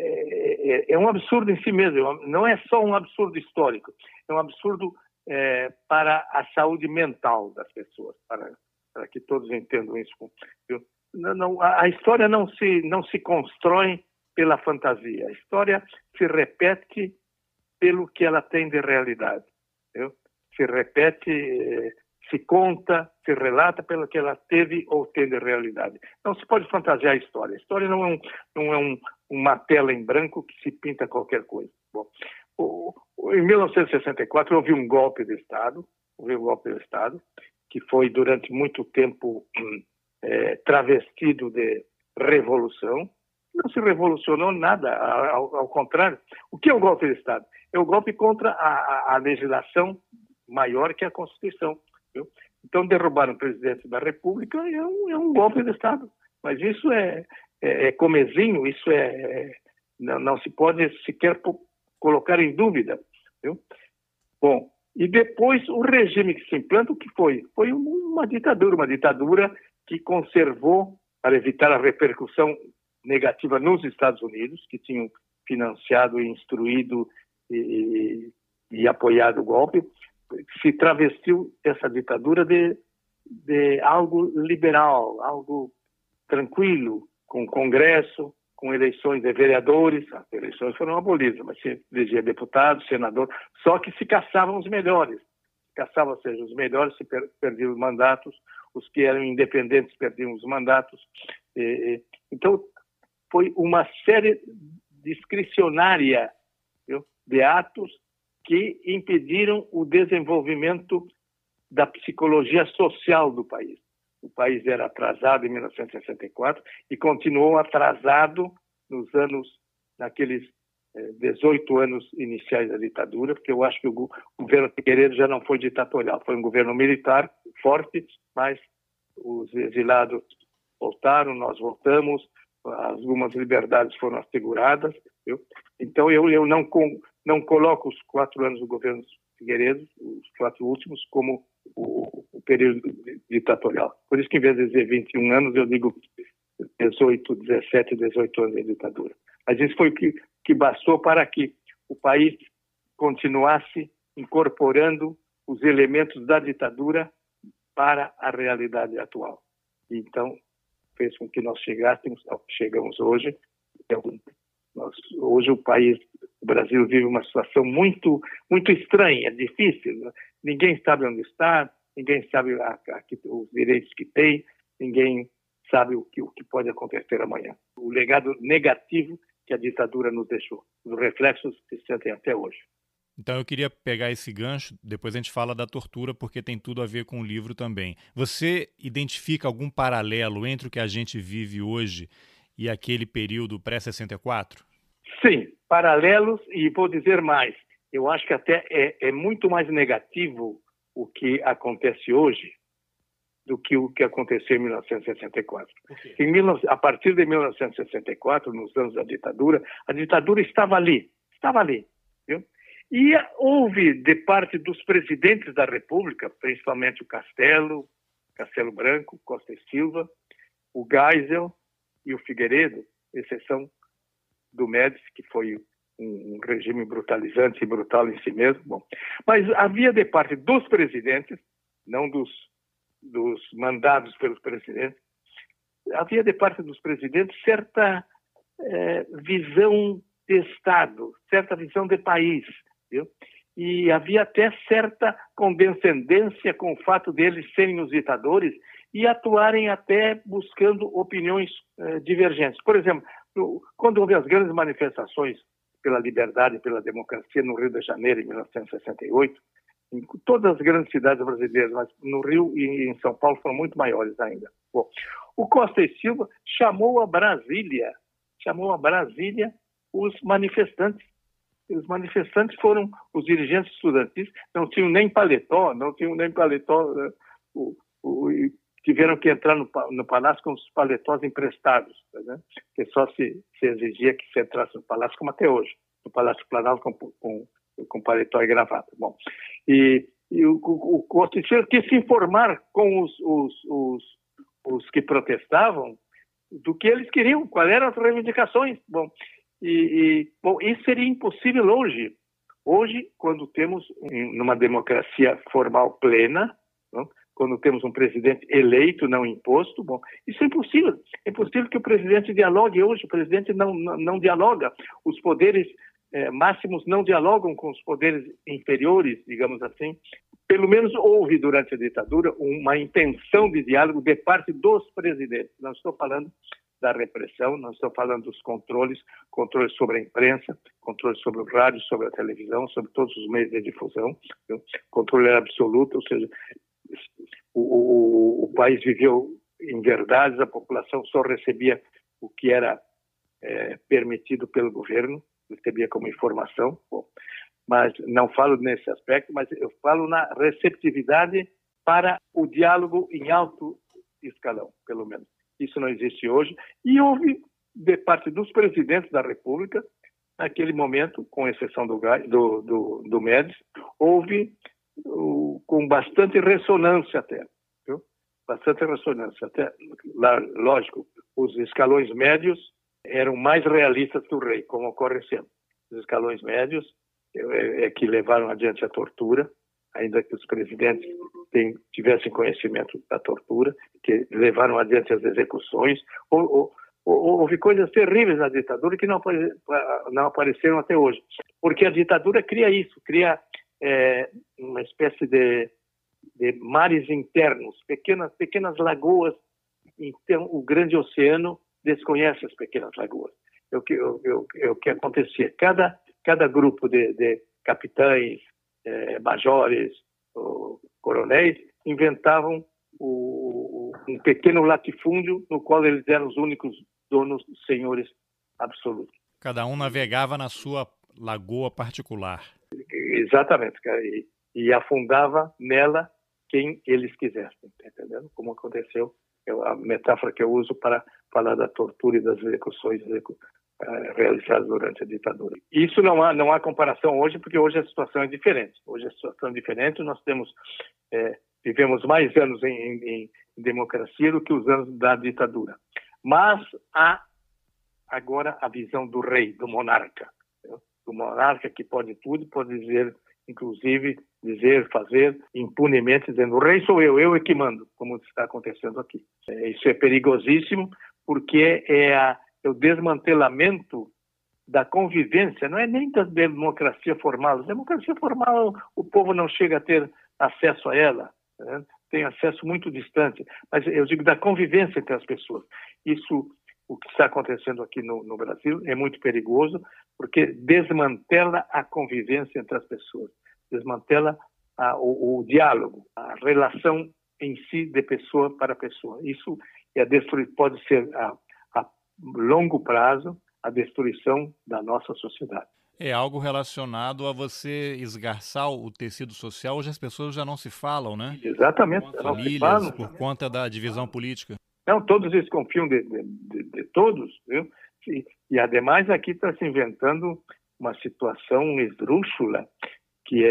É, é, é um absurdo em si mesmo. Não é só um absurdo histórico, é um absurdo é, para a saúde mental das pessoas, para, para que todos entendam isso. Não, não, a história não se, não se constrói pela fantasia. A história se repete pelo que ela tem de realidade. Viu? Se repete, se conta, se relata pelo que ela teve ou tem de realidade. Não se pode fantasiar a história. A história não é, um, não é um, uma tela em branco que se pinta qualquer coisa. Bom, o, o, em mil novecentos e sessenta e quatro houve um golpe de Estado, houve um golpe de Estado, que foi durante muito tempo é, travestido de revolução. Não se revolucionou nada, ao, ao contrário. O que é o golpe de Estado? É o golpe contra a, a, a legislação maior que a Constituição. Viu? Então, derrubar o presidente da República é um, é um golpe de Estado. Mas isso é, é, é comezinho, isso é, é não, não se pode sequer colocar em dúvida. Viu? Bom, e depois o regime que se implanta, o que foi? Foi uma ditadura, uma ditadura que conservou, para evitar a repercussão negativa nos Estados Unidos, que tinham financiado e instruído e, e apoiado o golpe, se travestiu essa ditadura de, de algo liberal, algo tranquilo, com congresso, com eleições de vereadores. As eleições foram abolidas, mas se elegia deputado, senador, só que se caçavam os melhores. Caçavam, ou seja, os melhores se per, perdiam os mandatos, os que eram independentes perdiam os mandatos. E, e, então, foi uma série discricionária, viu, de atos que impediram o desenvolvimento da psicologia social do país. O país era atrasado em mil novecentos e sessenta e quatro e continuou atrasado nos anos, naqueles eh, dezoito anos iniciais da ditadura, porque eu acho que o governo Figueiredo já não foi ditatorial, foi um governo militar forte, mas os exilados voltaram, nós voltamos, algumas liberdades foram asseguradas. Viu? Então, eu, eu não, com, não coloco os quatro anos do governo Figueiredo, os quatro últimos, como o, o período ditatorial. Por isso que, em vez de dizer vinte e um anos, eu digo dezoito, dezessete, dezoito anos de ditadura. Mas isso foi o que, que bastou para que o país continuasse incorporando os elementos da ditadura para a realidade atual. Então, fez com que nós chegássemos ao que chegamos hoje. Então, nós, hoje o país, o Brasil, vive uma situação muito, muito estranha, difícil. Né? Ninguém sabe onde está, ninguém sabe a, a, os direitos que tem, ninguém sabe o que, o que pode acontecer amanhã. O legado negativo que a ditadura nos deixou, os reflexos se sentem até hoje. Então eu queria pegar esse gancho, depois a gente fala da tortura, porque tem tudo a ver com o livro também. Você identifica algum paralelo entre o que a gente vive hoje e aquele período pré-sessenta e quatro? Sim, paralelos, e vou dizer mais. Eu acho que até é, é muito mais negativo o que acontece hoje do que o que aconteceu em mil novecentos e sessenta e quatro. Em mil, a partir de mil novecentos e sessenta e quatro, nos anos da ditadura, a ditadura estava ali, estava ali, viu? E houve, de parte dos presidentes da República, principalmente o Castelo, Castelo Branco, Costa e Silva, o Geisel e o Figueiredo, exceção do Médici, que foi um regime brutalizante e brutal em si mesmo. Bom, mas havia de parte dos presidentes, não dos, dos mandados pelos presidentes, havia de parte dos presidentes certa eh, visão de Estado, certa visão de país, viu? E havia até certa condescendência com o fato deles serem os ditadores e atuarem até buscando opiniões eh, divergentes. Por exemplo, quando houve as grandes manifestações pela liberdade e pela democracia no Rio de Janeiro, em mil novecentos e sessenta e oito, em todas as grandes cidades brasileiras, mas no Rio e em São Paulo foram muito maiores ainda. Bom, o Costa e Silva chamou a Brasília, chamou a Brasília os manifestantes. Os manifestantes foram os dirigentes estudantis, não tinham nem paletó, não tinham nem paletó, né? o, o, tiveram que entrar no, no palácio com os paletós emprestados, né? Que só se, se exigia que se entrasse no palácio, como até hoje, no Palácio Planalto com, com, com paletó e gravata. Bom, e, e o, o, o Costa e Silva quis se informar com os, os, os, os que protestavam do que eles queriam, quais eram as reivindicações. Bom, E, e, bom, isso seria impossível hoje. Hoje, quando temos numa democracia formal plena, não? Quando temos um presidente eleito, não imposto, bom, isso é impossível. É impossível que o presidente dialogue hoje. O presidente não, não, não dialoga. Os poderes eh, máximos não dialogam com os poderes inferiores, digamos assim. Pelo menos houve, durante a ditadura, uma intenção de diálogo de parte dos presidentes. Não estou falando da repressão, não estou falando dos controles, controles sobre a imprensa, controles sobre o rádio, sobre a televisão, sobre todos os meios de difusão, viu? Controle absoluto, ou seja, o, o, o país viveu em verdades, a população só recebia o que era é, permitido pelo governo, recebia como informação, bom, mas não falo nesse aspecto, mas eu falo na receptividade para o diálogo em alto escalão, pelo menos. Isso não existe hoje. E houve, de parte dos presidentes da República, naquele momento, com exceção do, do, do, do Médici, houve uh, com bastante ressonância até. Viu? Bastante ressonância. Até, lá, lógico, os escalões médios eram mais realistas que o rei, como ocorre sempre. Os escalões médios é, é que levaram adiante a tortura, ainda que os presidentes tem, tivessem conhecimento da tortura, que levaram adiante as execuções. Ou, ou, ou, houve coisas terríveis na ditadura que não, não apareceram até hoje. Porque a ditadura cria isso, cria é, uma espécie de, de mares internos, pequenas, pequenas lagoas. Então, o grande oceano desconhece as pequenas lagoas. É o que, é o que acontecia. Cada, cada grupo de, de capitães, É, majores, coronéis, inventavam o, um pequeno latifúndio no qual eles eram os únicos donos, senhores absolutos. Cada um navegava na sua lagoa particular. Exatamente, e, e afundava nela quem eles quisessem, entendeu? Como aconteceu, eu, a metáfora que eu uso para falar da tortura e das execuções realizadas durante a ditadura. Isso não há, não há comparação hoje, porque hoje a situação é diferente. Hoje a situação é diferente, nós temos, é, vivemos mais anos em, em, em democracia do que os anos da ditadura. Mas há agora a visão do rei, do monarca. Né? Do monarca que pode tudo, pode dizer, inclusive, dizer, fazer impunemente, dizendo, o rei sou eu, eu é que mando, como está acontecendo aqui. É, isso é perigosíssimo, porque é a é o desmantelamento da convivência, não é nem da democracia formal. A democracia formal, o povo não chega a ter acesso a ela, né? Tem acesso muito distante, mas eu digo da convivência entre as pessoas. Isso, o que está acontecendo aqui no, no Brasil, é muito perigoso, porque desmantela a convivência entre as pessoas, desmantela a, o, o diálogo, a relação em si de pessoa para pessoa. Isso é destruir, pode ser a longo prazo, a destruição da nossa sociedade. É algo relacionado a você esgarçar o tecido social. Hoje as pessoas já não se falam, né? Exatamente. Não famílias, se falam. Por conta da divisão política. Não, todos eles confiam de, de, de, de todos, viu? E, e, ademais, aqui está se inventando uma situação esdrúxula que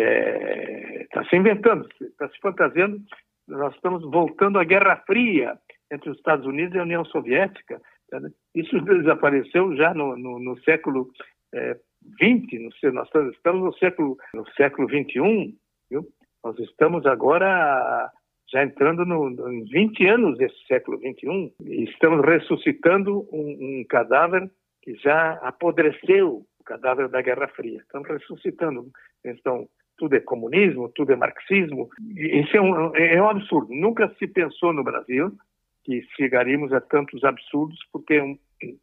é está se inventando, está se fantasiando. Nós estamos voltando à Guerra Fria entre os Estados Unidos e a União Soviética. Isso desapareceu já no, no, no século é, vinte, no, nós estamos no século, no século vinte e um, viu? Nós estamos agora já entrando no, nos vinte anos desse século vinte e um e estamos ressuscitando um, um cadáver que já apodreceu, o cadáver da Guerra Fria. Estamos ressuscitando. Então, tudo é comunismo, tudo é marxismo. Isso é um, é um absurdo. Nunca se pensou no Brasil que chegaríamos a tantos absurdos, porque é um,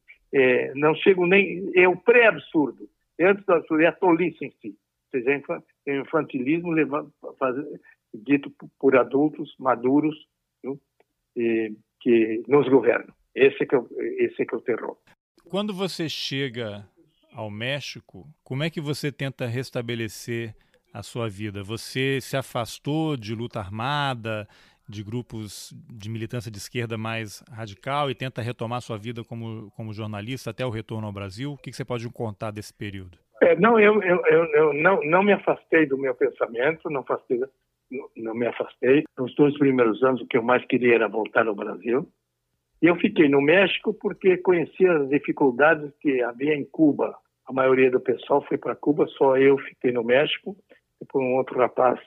é, não chego nem... É o pré-absurdo. É antes do absurdo, é a tolice em si. Ou seja, é o infantilismo levado, fazer, dito por adultos maduros, viu? E, que nos governam. Esse é que é, o, esse é que é o terror. Quando você chega ao México, como é que você tenta restabelecer a sua vida? Você se afastou de luta armada, de grupos de militância de esquerda mais radical e tenta retomar sua vida como, como jornalista até o retorno ao Brasil? O que você pode contar desse período? É, não, eu, eu, eu, eu não, não me afastei do meu pensamento, não, afastei, não, não me afastei. Nos dois primeiros anos, o que eu mais queria era voltar ao Brasil. E eu fiquei no México porque conhecia as dificuldades que havia em Cuba. A maioria do pessoal foi para Cuba, só eu fiquei no México. Depois um outro rapaz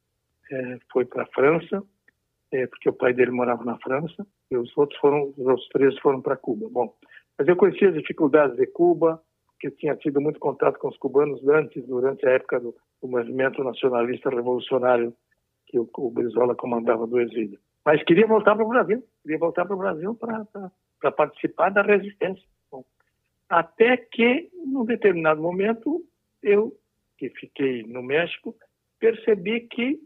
é, foi para a França, é, porque o pai dele morava na França, e os outros foram, os outros três foram para Cuba. Bom, mas eu conhecia as dificuldades de Cuba, porque tinha tido muito contato com os cubanos antes, durante a época do, do movimento nacionalista revolucionário que o, o Brizola comandava do exílio. Mas queria voltar para o Brasil, queria voltar para o Brasil para participar da resistência. Bom, até que, num determinado momento, eu, que fiquei no México, percebi que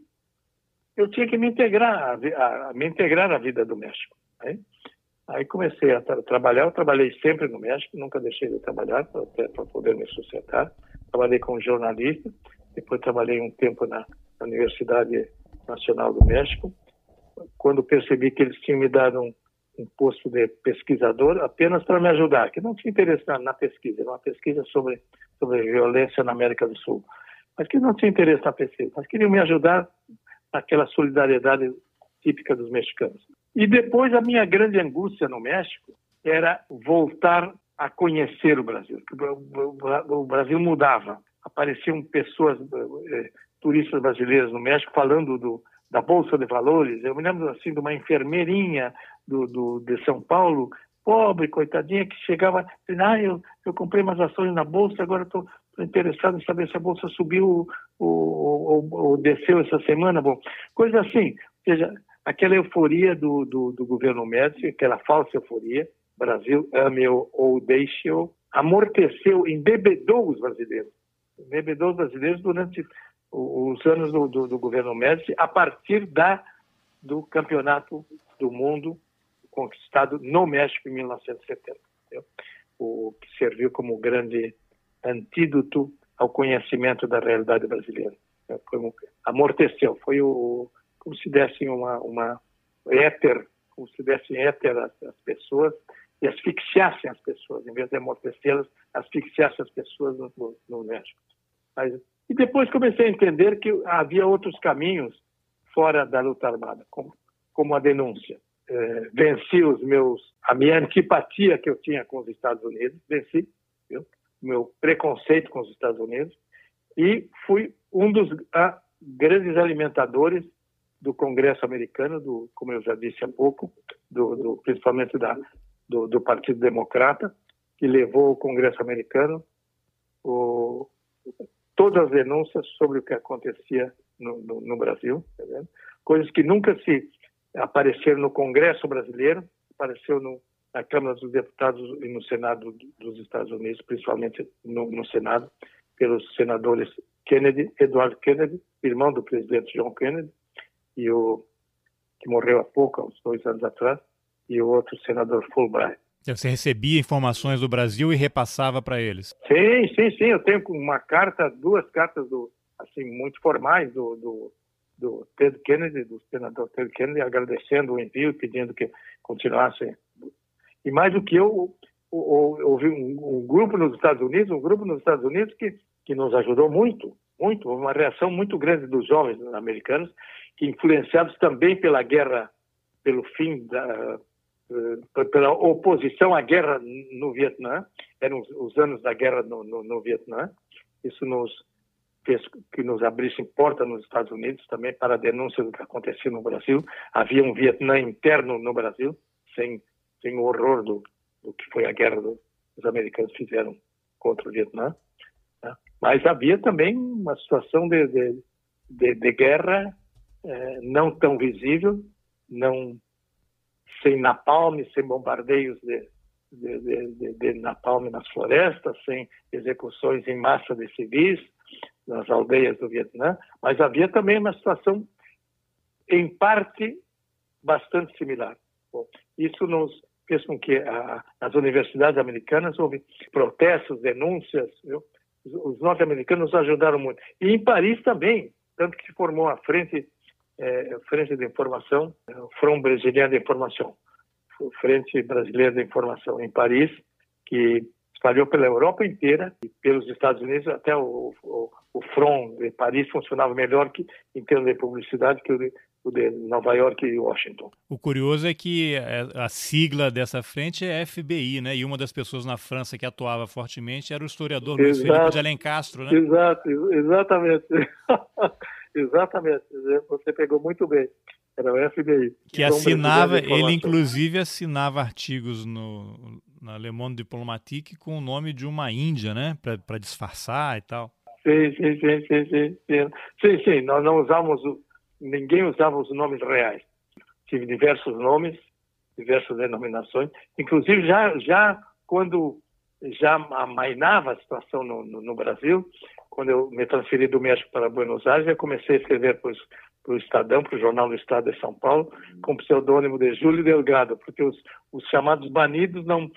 eu tinha que me integrar, a, a, me integrar à vida do México. Né? Aí comecei a tra trabalhar, eu trabalhei sempre no México, nunca deixei de trabalhar para poder me sustentar. Trabalhei como jornalista, depois trabalhei um tempo na, na Universidade Nacional do México. Quando percebi que eles tinham me dado um, um posto de pesquisador apenas para me ajudar, que não tinha interesse na, na pesquisa, era uma pesquisa sobre, sobre violência na América do Sul, mas que não tinha interesse na pesquisa, mas queriam me ajudar naquela solidariedade típica dos mexicanos. E depois a minha grande angústia no México era voltar a conhecer o Brasil, porque o Brasil mudava, apareciam pessoas, eh, turistas brasileiros no México falando do da Bolsa de Valores. Eu me lembro assim de uma enfermeirinha do, do, de São Paulo, pobre, coitadinha, que chegava dizendo, ah, eu, eu comprei umas ações na Bolsa, agora estou interessado em saber se a Bolsa subiu ou, ou, ou desceu essa semana. Bom, coisa assim. Ou seja, aquela euforia do, do, do governo Médici, aquela falsa euforia, Brasil, ame-o ou deixe-o, amorteceu, embebedou os brasileiros. Embebedou os brasileiros durante os anos do, do, do governo Médici, a partir da, do campeonato do mundo conquistado no México em mil novecentos e setenta, entendeu? O que serviu como grande antídoto ao conhecimento da realidade brasileira. Foi um, amorteceu, foi o, como se dessem uma, uma éter, como se dessem éter às, às pessoas e asfixiassem as pessoas, em vez de amortecê-las, asfixiassem as pessoas no, no, no México. Mas, e depois comecei a entender que havia outros caminhos fora da luta armada, como, como a denúncia. É, venci os meus, a minha antipatia que eu tinha com os Estados Unidos, venci, viu? O meu preconceito com os Estados Unidos, e fui um dos a, grandes alimentadores do Congresso americano, do, como eu já disse há pouco, do, do, principalmente da, do, do Partido Democrata, que levou o Congresso americano o, todas as denúncias sobre o que acontecia no, no, no Brasil, tá vendo? Coisas que nunca se apareceram no Congresso brasileiro, apareceu no, na Câmara dos Deputados e no Senado dos Estados Unidos, principalmente no, no Senado, pelos senadores Kennedy, Edward Kennedy, irmão do presidente John Kennedy, e o que morreu há pouco, há uns dois anos atrás, e o outro senador Fulbright. Você recebia informações do Brasil e repassava para eles? Sim, sim, sim. Eu tenho uma carta, duas cartas do, assim, muito formais do, do, do Ted Kennedy, do senador Ted Kennedy, agradecendo o envio, pedindo que continuassem. E mais do que eu, houve um, um grupo nos Estados Unidos, um grupo nos Estados Unidos que que nos ajudou muito, muito, uma reação muito grande dos jovens americanos, que influenciados também pela guerra, pelo fim da, pela oposição à guerra no Vietnã, eram os anos da guerra no, no, no Vietnã. Isso nos fez que nos abrissem porta nos Estados Unidos também para a denúncia do que acontecia no Brasil. Havia um Vietnã interno no Brasil, sem, sem o horror do, do que foi a guerra do, que os americanos fizeram contra o Vietnã. Né? Mas havia também uma situação de, de, de, de guerra eh, não tão visível, não, sem napalm, sem bombardeios de, de, de, de, de napalm nas florestas, sem execuções em massa de civis nas aldeias do Vietnã, mas havia também uma situação, em parte, bastante similar. Bom, isso nos fez com que a, as universidades americanas houve protestos, denúncias, viu? Os, os norte-americanos nos ajudaram muito. E em Paris também, tanto que se formou a Frente, eh, Frente de Informação, o Front Brasileiro de Informação, Frente Brasileira de Informação em Paris, que espalhou pela Europa inteira e pelos Estados Unidos, até o, o, o Front de Paris funcionava melhor que, em termos de publicidade que o de, o de Nova York e Washington. O curioso é que a sigla dessa frente é F B I, né? E uma das pessoas na França que atuava fortemente era o historiador Luiz Exato, Felipe de Alencastro, né? Exato, exatamente. Exatamente. Você pegou muito bem. Era o F B I. Que assinava, ele inclusive assinava artigos no, na Le Monde Diplomatique com o nome de uma índia, né? Para disfarçar e tal. Sim, sim, sim, sim, sim, sim. Sim, sim, nós não usávamos, ninguém usava os nomes reais. Tive diversos nomes, diversas denominações. Inclusive, já, já quando já amainava a situação no, no, no Brasil, quando eu me transferi do México para Buenos Aires, eu comecei a escrever para o Estadão, para o Jornal do Estado de São Paulo, com o pseudônimo de Júlio Delgado, porque os, os chamados banidos não,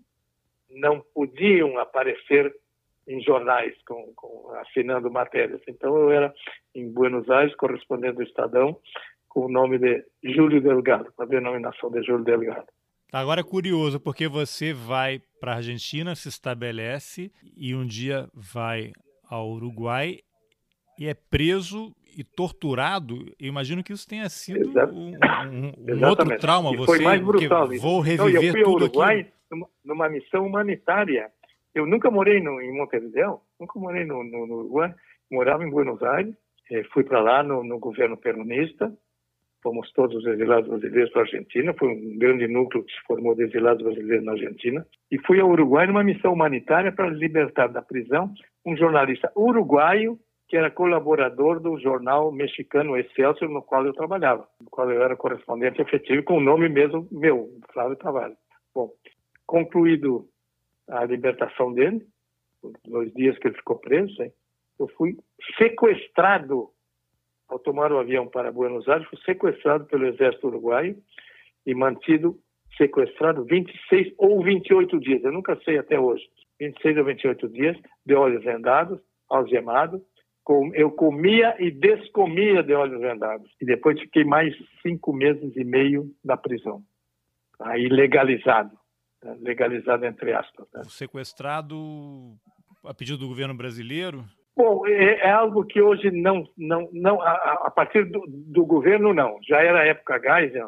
não podiam aparecer em jornais com, com, assinando matérias. Então eu era em Buenos Aires, correspondente do Estadão, com o nome de Júlio Delgado, com a denominação de Júlio Delgado. Agora é curioso, porque você vai para a Argentina, se estabelece e um dia vai ao Uruguai e é preso e torturado. Eu imagino que isso tenha sido um, um, um outro trauma. E você, foi mais brutal. Vou reviver então, eu fui ao tudo Uruguai aquilo. Numa, numa missão humanitária. Eu nunca morei no, em Montevideo, nunca morei no, no, no Uruguai, morava em Buenos Aires, eh, fui para lá no, no governo peronista, fomos todos exilados brasileiros para a Argentina, foi um grande núcleo que se formou de exilados brasileiros na Argentina, e fui ao Uruguai numa missão humanitária para libertar da prisão um jornalista uruguaio que era colaborador do jornal mexicano Excelsior, no qual eu trabalhava, no qual eu era correspondente efetivo, com o nome mesmo meu, Flávio Tavares. Bom, concluído a libertação dele, dois dias que ele ficou preso, hein? Eu fui sequestrado, ao tomar o avião para Buenos Aires, fui sequestrado pelo exército uruguaio e mantido sequestrado vinte e seis ou vinte e oito dias, eu nunca sei até hoje, vinte e seis ou vinte e oito dias, de olhos vendados, algemado, com, eu comia e descomia de olhos vendados, e depois fiquei mais cinco meses e meio na prisão, aí legalizado. legalizado entre aspas. Né? O sequestrado a pedido do governo brasileiro? Bom, é, é algo que hoje não, não, não a, a partir do, do governo não, já era a época Geisel,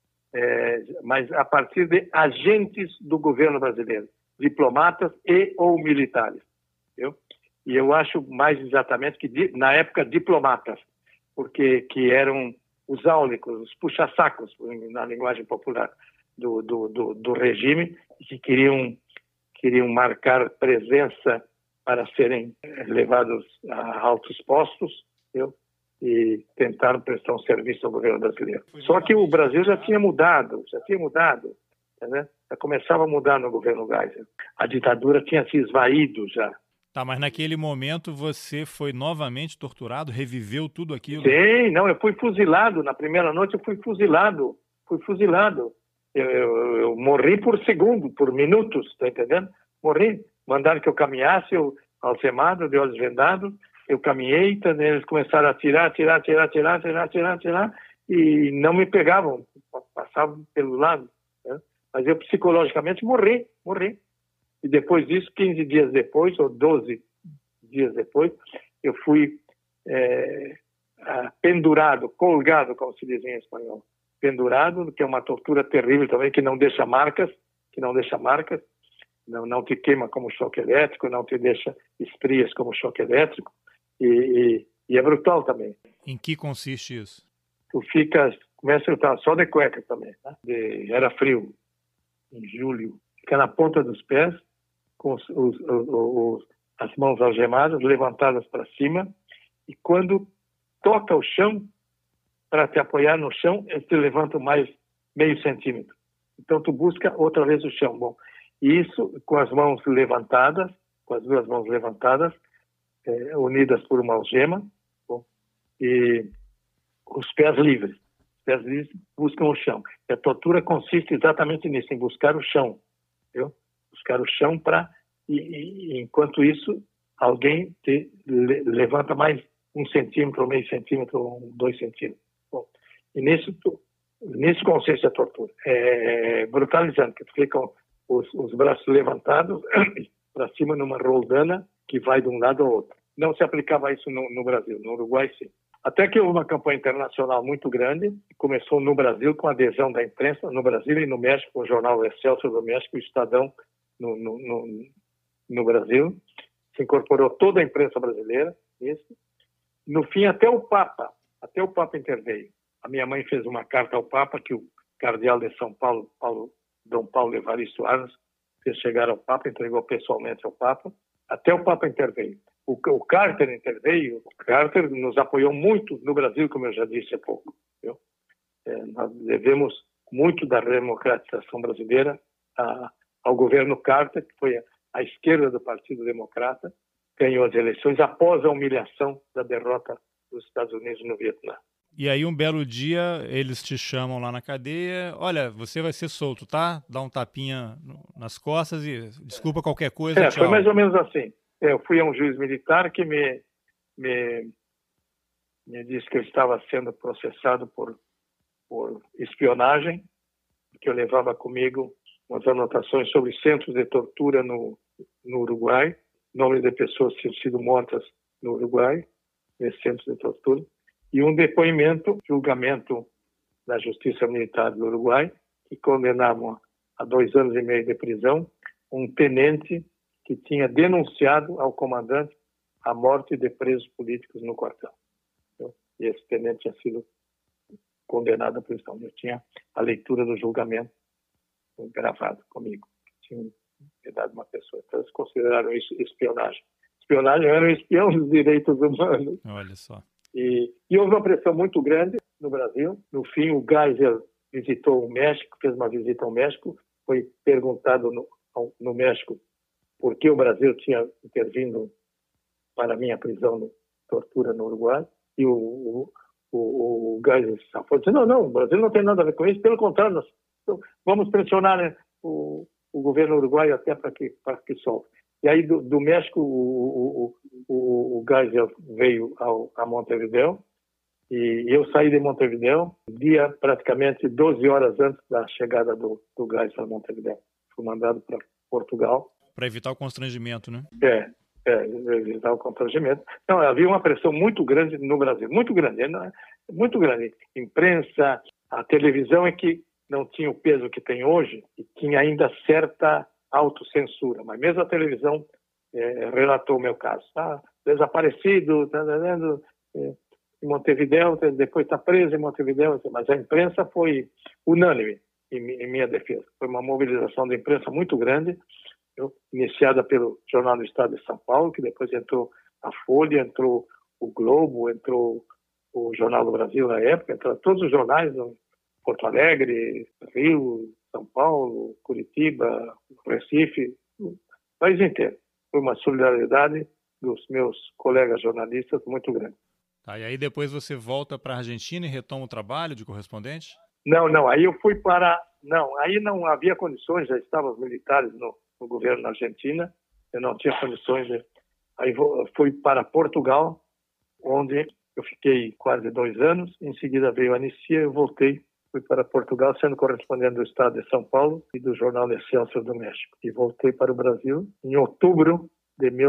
é, mas a partir de agentes do governo brasileiro, diplomatas e ou militares, viu? E eu acho mais exatamente que na época diplomatas, porque que eram os áulicos, os puxa-sacos, na linguagem popular, Do, do, do, do regime, que queriam, queriam marcar presença para serem levados a altos postos, viu? E tentaram prestar um serviço ao governo brasileiro. Só que o Brasil já tinha mudado, já tinha mudado, né? Já começava a mudar no governo Geisel. A ditadura tinha se esvaído já. Tá, mas naquele momento você foi novamente torturado, reviveu tudo aquilo? Sim, não, eu fui fuzilado, na primeira noite eu fui fuzilado, fui fuzilado. Eu, eu, eu morri por segundo, por minutos, tá entendendo? Morri. Mandaram que eu caminhasse, eu, algemado, de olhos vendados, eu caminhei, tá, eles começaram a atirar, atirar, atirar, atirar, atirar, atirar, atirar, e não me pegavam, passavam pelo lado. Né? Mas eu psicologicamente morri, morri. E depois disso, quinze dias depois, ou doze dias depois, eu fui é, pendurado, colgado, como se diz em espanhol. Pendurado, que é uma tortura terrível também, que não deixa marcas, que não deixa marcas, não, não te queima como choque elétrico, não te deixa estrias como choque elétrico, e, e, e é brutal também. Em que consiste isso? Tu ficas, começa a estar só de cueca também, né? De, era frio, em julho, fica na ponta dos pés, com os, os, os, os, as mãos algemadas, levantadas para cima, e quando toca o chão, para te apoiar no chão, eles te levantam mais meio centímetro. Então, tu busca outra vez o chão. Bom, e isso com as mãos levantadas, com as duas mãos levantadas, é, unidas por uma algema, bom, e os pés livres. Os pés livres buscam o chão. E a tortura consiste exatamente nisso, em buscar o chão. Viu? Buscar o chão para... E, e, enquanto isso, alguém te le, levanta mais um centímetro, ou meio centímetro, ou dois centímetros. Bom, e nisso, tu, nisso consiste a tortura. É brutalizante, que tu fica com os, os braços levantados para cima numa roldana que vai de um lado ao outro. Não se aplicava isso no, no Brasil, no Uruguai sim. Até que houve uma campanha internacional muito grande, começou no Brasil com a adesão da imprensa, no Brasil e no México, o jornal Excelsior do México, o Estadão no, no, no, no Brasil. Se incorporou toda a imprensa brasileira, isso. No fim, até o Papa, até o Papa interveio. A minha mãe fez uma carta ao Papa, que o cardeal de São Paulo, Paulo Dom Paulo Evaristo Arnes, fez chegar ao Papa, entregou pessoalmente ao Papa. Até o Papa interveio. O, o Carter interveio. O Carter nos apoiou muito no Brasil, como eu já disse há pouco. É, nós devemos muito da democratização brasileira a, ao governo Carter, que foi a, a esquerda do Partido Democrata, ganhou as eleições após a humilhação da derrota dos Estados Unidos no Vietnã. E aí, um belo dia, eles te chamam lá na cadeia. Olha, você vai ser solto, tá? Dá um tapinha nas costas e desculpa qualquer coisa, é, tchau. Foi mais ou menos assim. Eu fui a um juiz militar que me, me, me disse que eu estava sendo processado por, por espionagem, que eu levava comigo umas anotações sobre centros de tortura no, no Uruguai, nome de pessoas que tinham sido mortas no Uruguai, nesses centros de tortura, e um depoimento, julgamento da Justiça Militar do Uruguai, que condenavam a dois anos e meio de prisão um tenente que tinha denunciado ao comandante a morte de presos políticos no quartel. E esse tenente tinha sido condenado à prisão. Eu tinha a leitura do julgamento gravado comigo. Tinha dado uma pessoa. Então, eles consideraram isso espionagem. Espionagem era um espião dos direitos humanos. Olha só. E, e houve uma pressão muito grande no Brasil. No fim, o Geisel visitou o México, fez uma visita ao México, foi perguntado no, no México por que o Brasil tinha intervindo para a minha prisão, no, tortura no Uruguai, e o, o, o, o Geisel falou, disse, não, não, o Brasil não tem nada a ver com isso, pelo contrário, nós vamos pressionar, né, o, o governo uruguaio até para que, para que solte. E aí, do, do México, o, o, o, o Geisel veio ao, a Montevideo, e eu saí de Montevideo, dia praticamente doze horas antes da chegada do, do Geisel a Montevideo. Fui mandado para Portugal. Para evitar o constrangimento, né? É, é, evitar o constrangimento. Não, havia uma pressão muito grande no Brasil, muito grande, muito grande. Imprensa, a televisão é que não tinha o peso que tem hoje e tinha ainda certa autocensura, mas mesmo a televisão é, relatou o meu caso. Tá desaparecido, tá dando é, em Montevideo, depois está preso em Montevideo, mas a imprensa foi unânime em, em minha defesa. Foi uma mobilização da imprensa muito grande, viu? Iniciada pelo Jornal do Estado de São Paulo, que depois entrou a Folha, entrou o Globo, entrou o Jornal do Brasil na época, entraram todos os jornais, Porto Alegre, Rio, São Paulo, Curitiba, Recife, o país inteiro. Foi uma solidariedade dos meus colegas jornalistas muito grande. Tá, e aí depois você volta para a Argentina e retoma o trabalho de correspondente? Não, não, aí eu fui para... Não, aí não havia condições, já estavam os militares no, no governo na Argentina, eu não tinha condições de... Aí fui para Portugal, onde eu fiquei quase dois anos, em seguida veio a anistia, eu voltei, fui para Portugal, sendo correspondente do Estado de São Paulo e do jornal Excelsior do México. E voltei para o Brasil em outubro de mil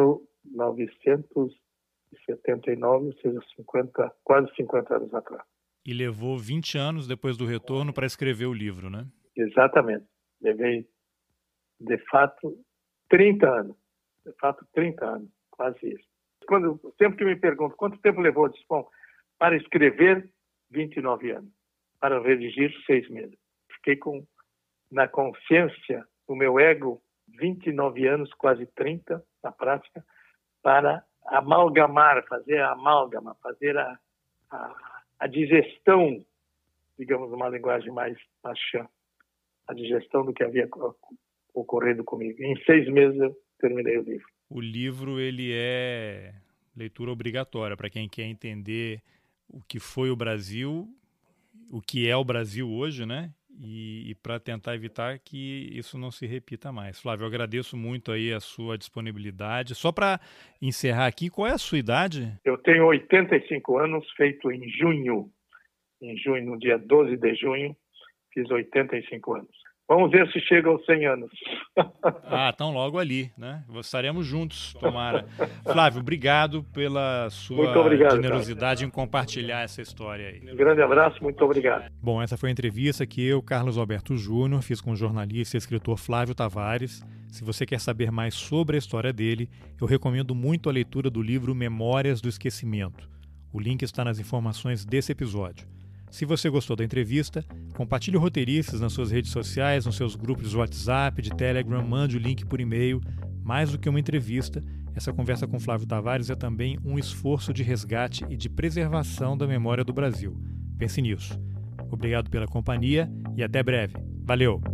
novecentos e setenta e nove, ou seja, cinquenta, quase cinquenta anos atrás. E levou vinte anos depois do retorno para escrever o livro, né? Exatamente. Levei, de fato, trinta anos. De fato, trinta anos, quase isso. Quando, sempre que me perguntam quanto tempo levou, eu disse, bom, para escrever, vinte e nove anos. Para redigir, seis meses. Fiquei com, na consciência do meu ego, vinte e nove anos, quase trinta, na prática, para amalgamar, fazer a amálgama, fazer a, a, a digestão, digamos, numa linguagem mais chã, a digestão do que havia ocorrido comigo. Em seis meses eu terminei o livro. O livro, ele é leitura obrigatória para quem quer entender o que foi o Brasil, o que é o Brasil hoje, né? E, e para tentar evitar que isso não se repita mais. Flávio, eu agradeço muito aí a sua disponibilidade. Só para encerrar aqui, qual é a sua idade? Eu tenho oitenta e cinco anos, feito em junho. Em junho, no dia doze de junho, fiz oitenta e cinco anos. Vamos ver se chega aos cem anos. Ah, estão logo ali, né? Estaremos juntos, tomara. Flávio, obrigado pela sua obrigado, generosidade cara. em compartilhar essa história aí. Um grande abraço, muito obrigado. Bom, essa foi a entrevista que eu, Carlos Alberto Júnior, fiz com o jornalista e escritor Flávio Tavares. Se você quer saber mais sobre a história dele, eu recomendo muito a leitura do livro Memórias do Esquecimento. O link está nas informações desse episódio. Se você gostou da entrevista, compartilhe o Roteiristas nas suas redes sociais, nos seus grupos de WhatsApp, de Telegram, mande o link por e-mail. Mais do que uma entrevista, essa conversa com Flávio Tavares é também um esforço de resgate e de preservação da memória do Brasil. Pense nisso. Obrigado pela companhia e até breve. Valeu!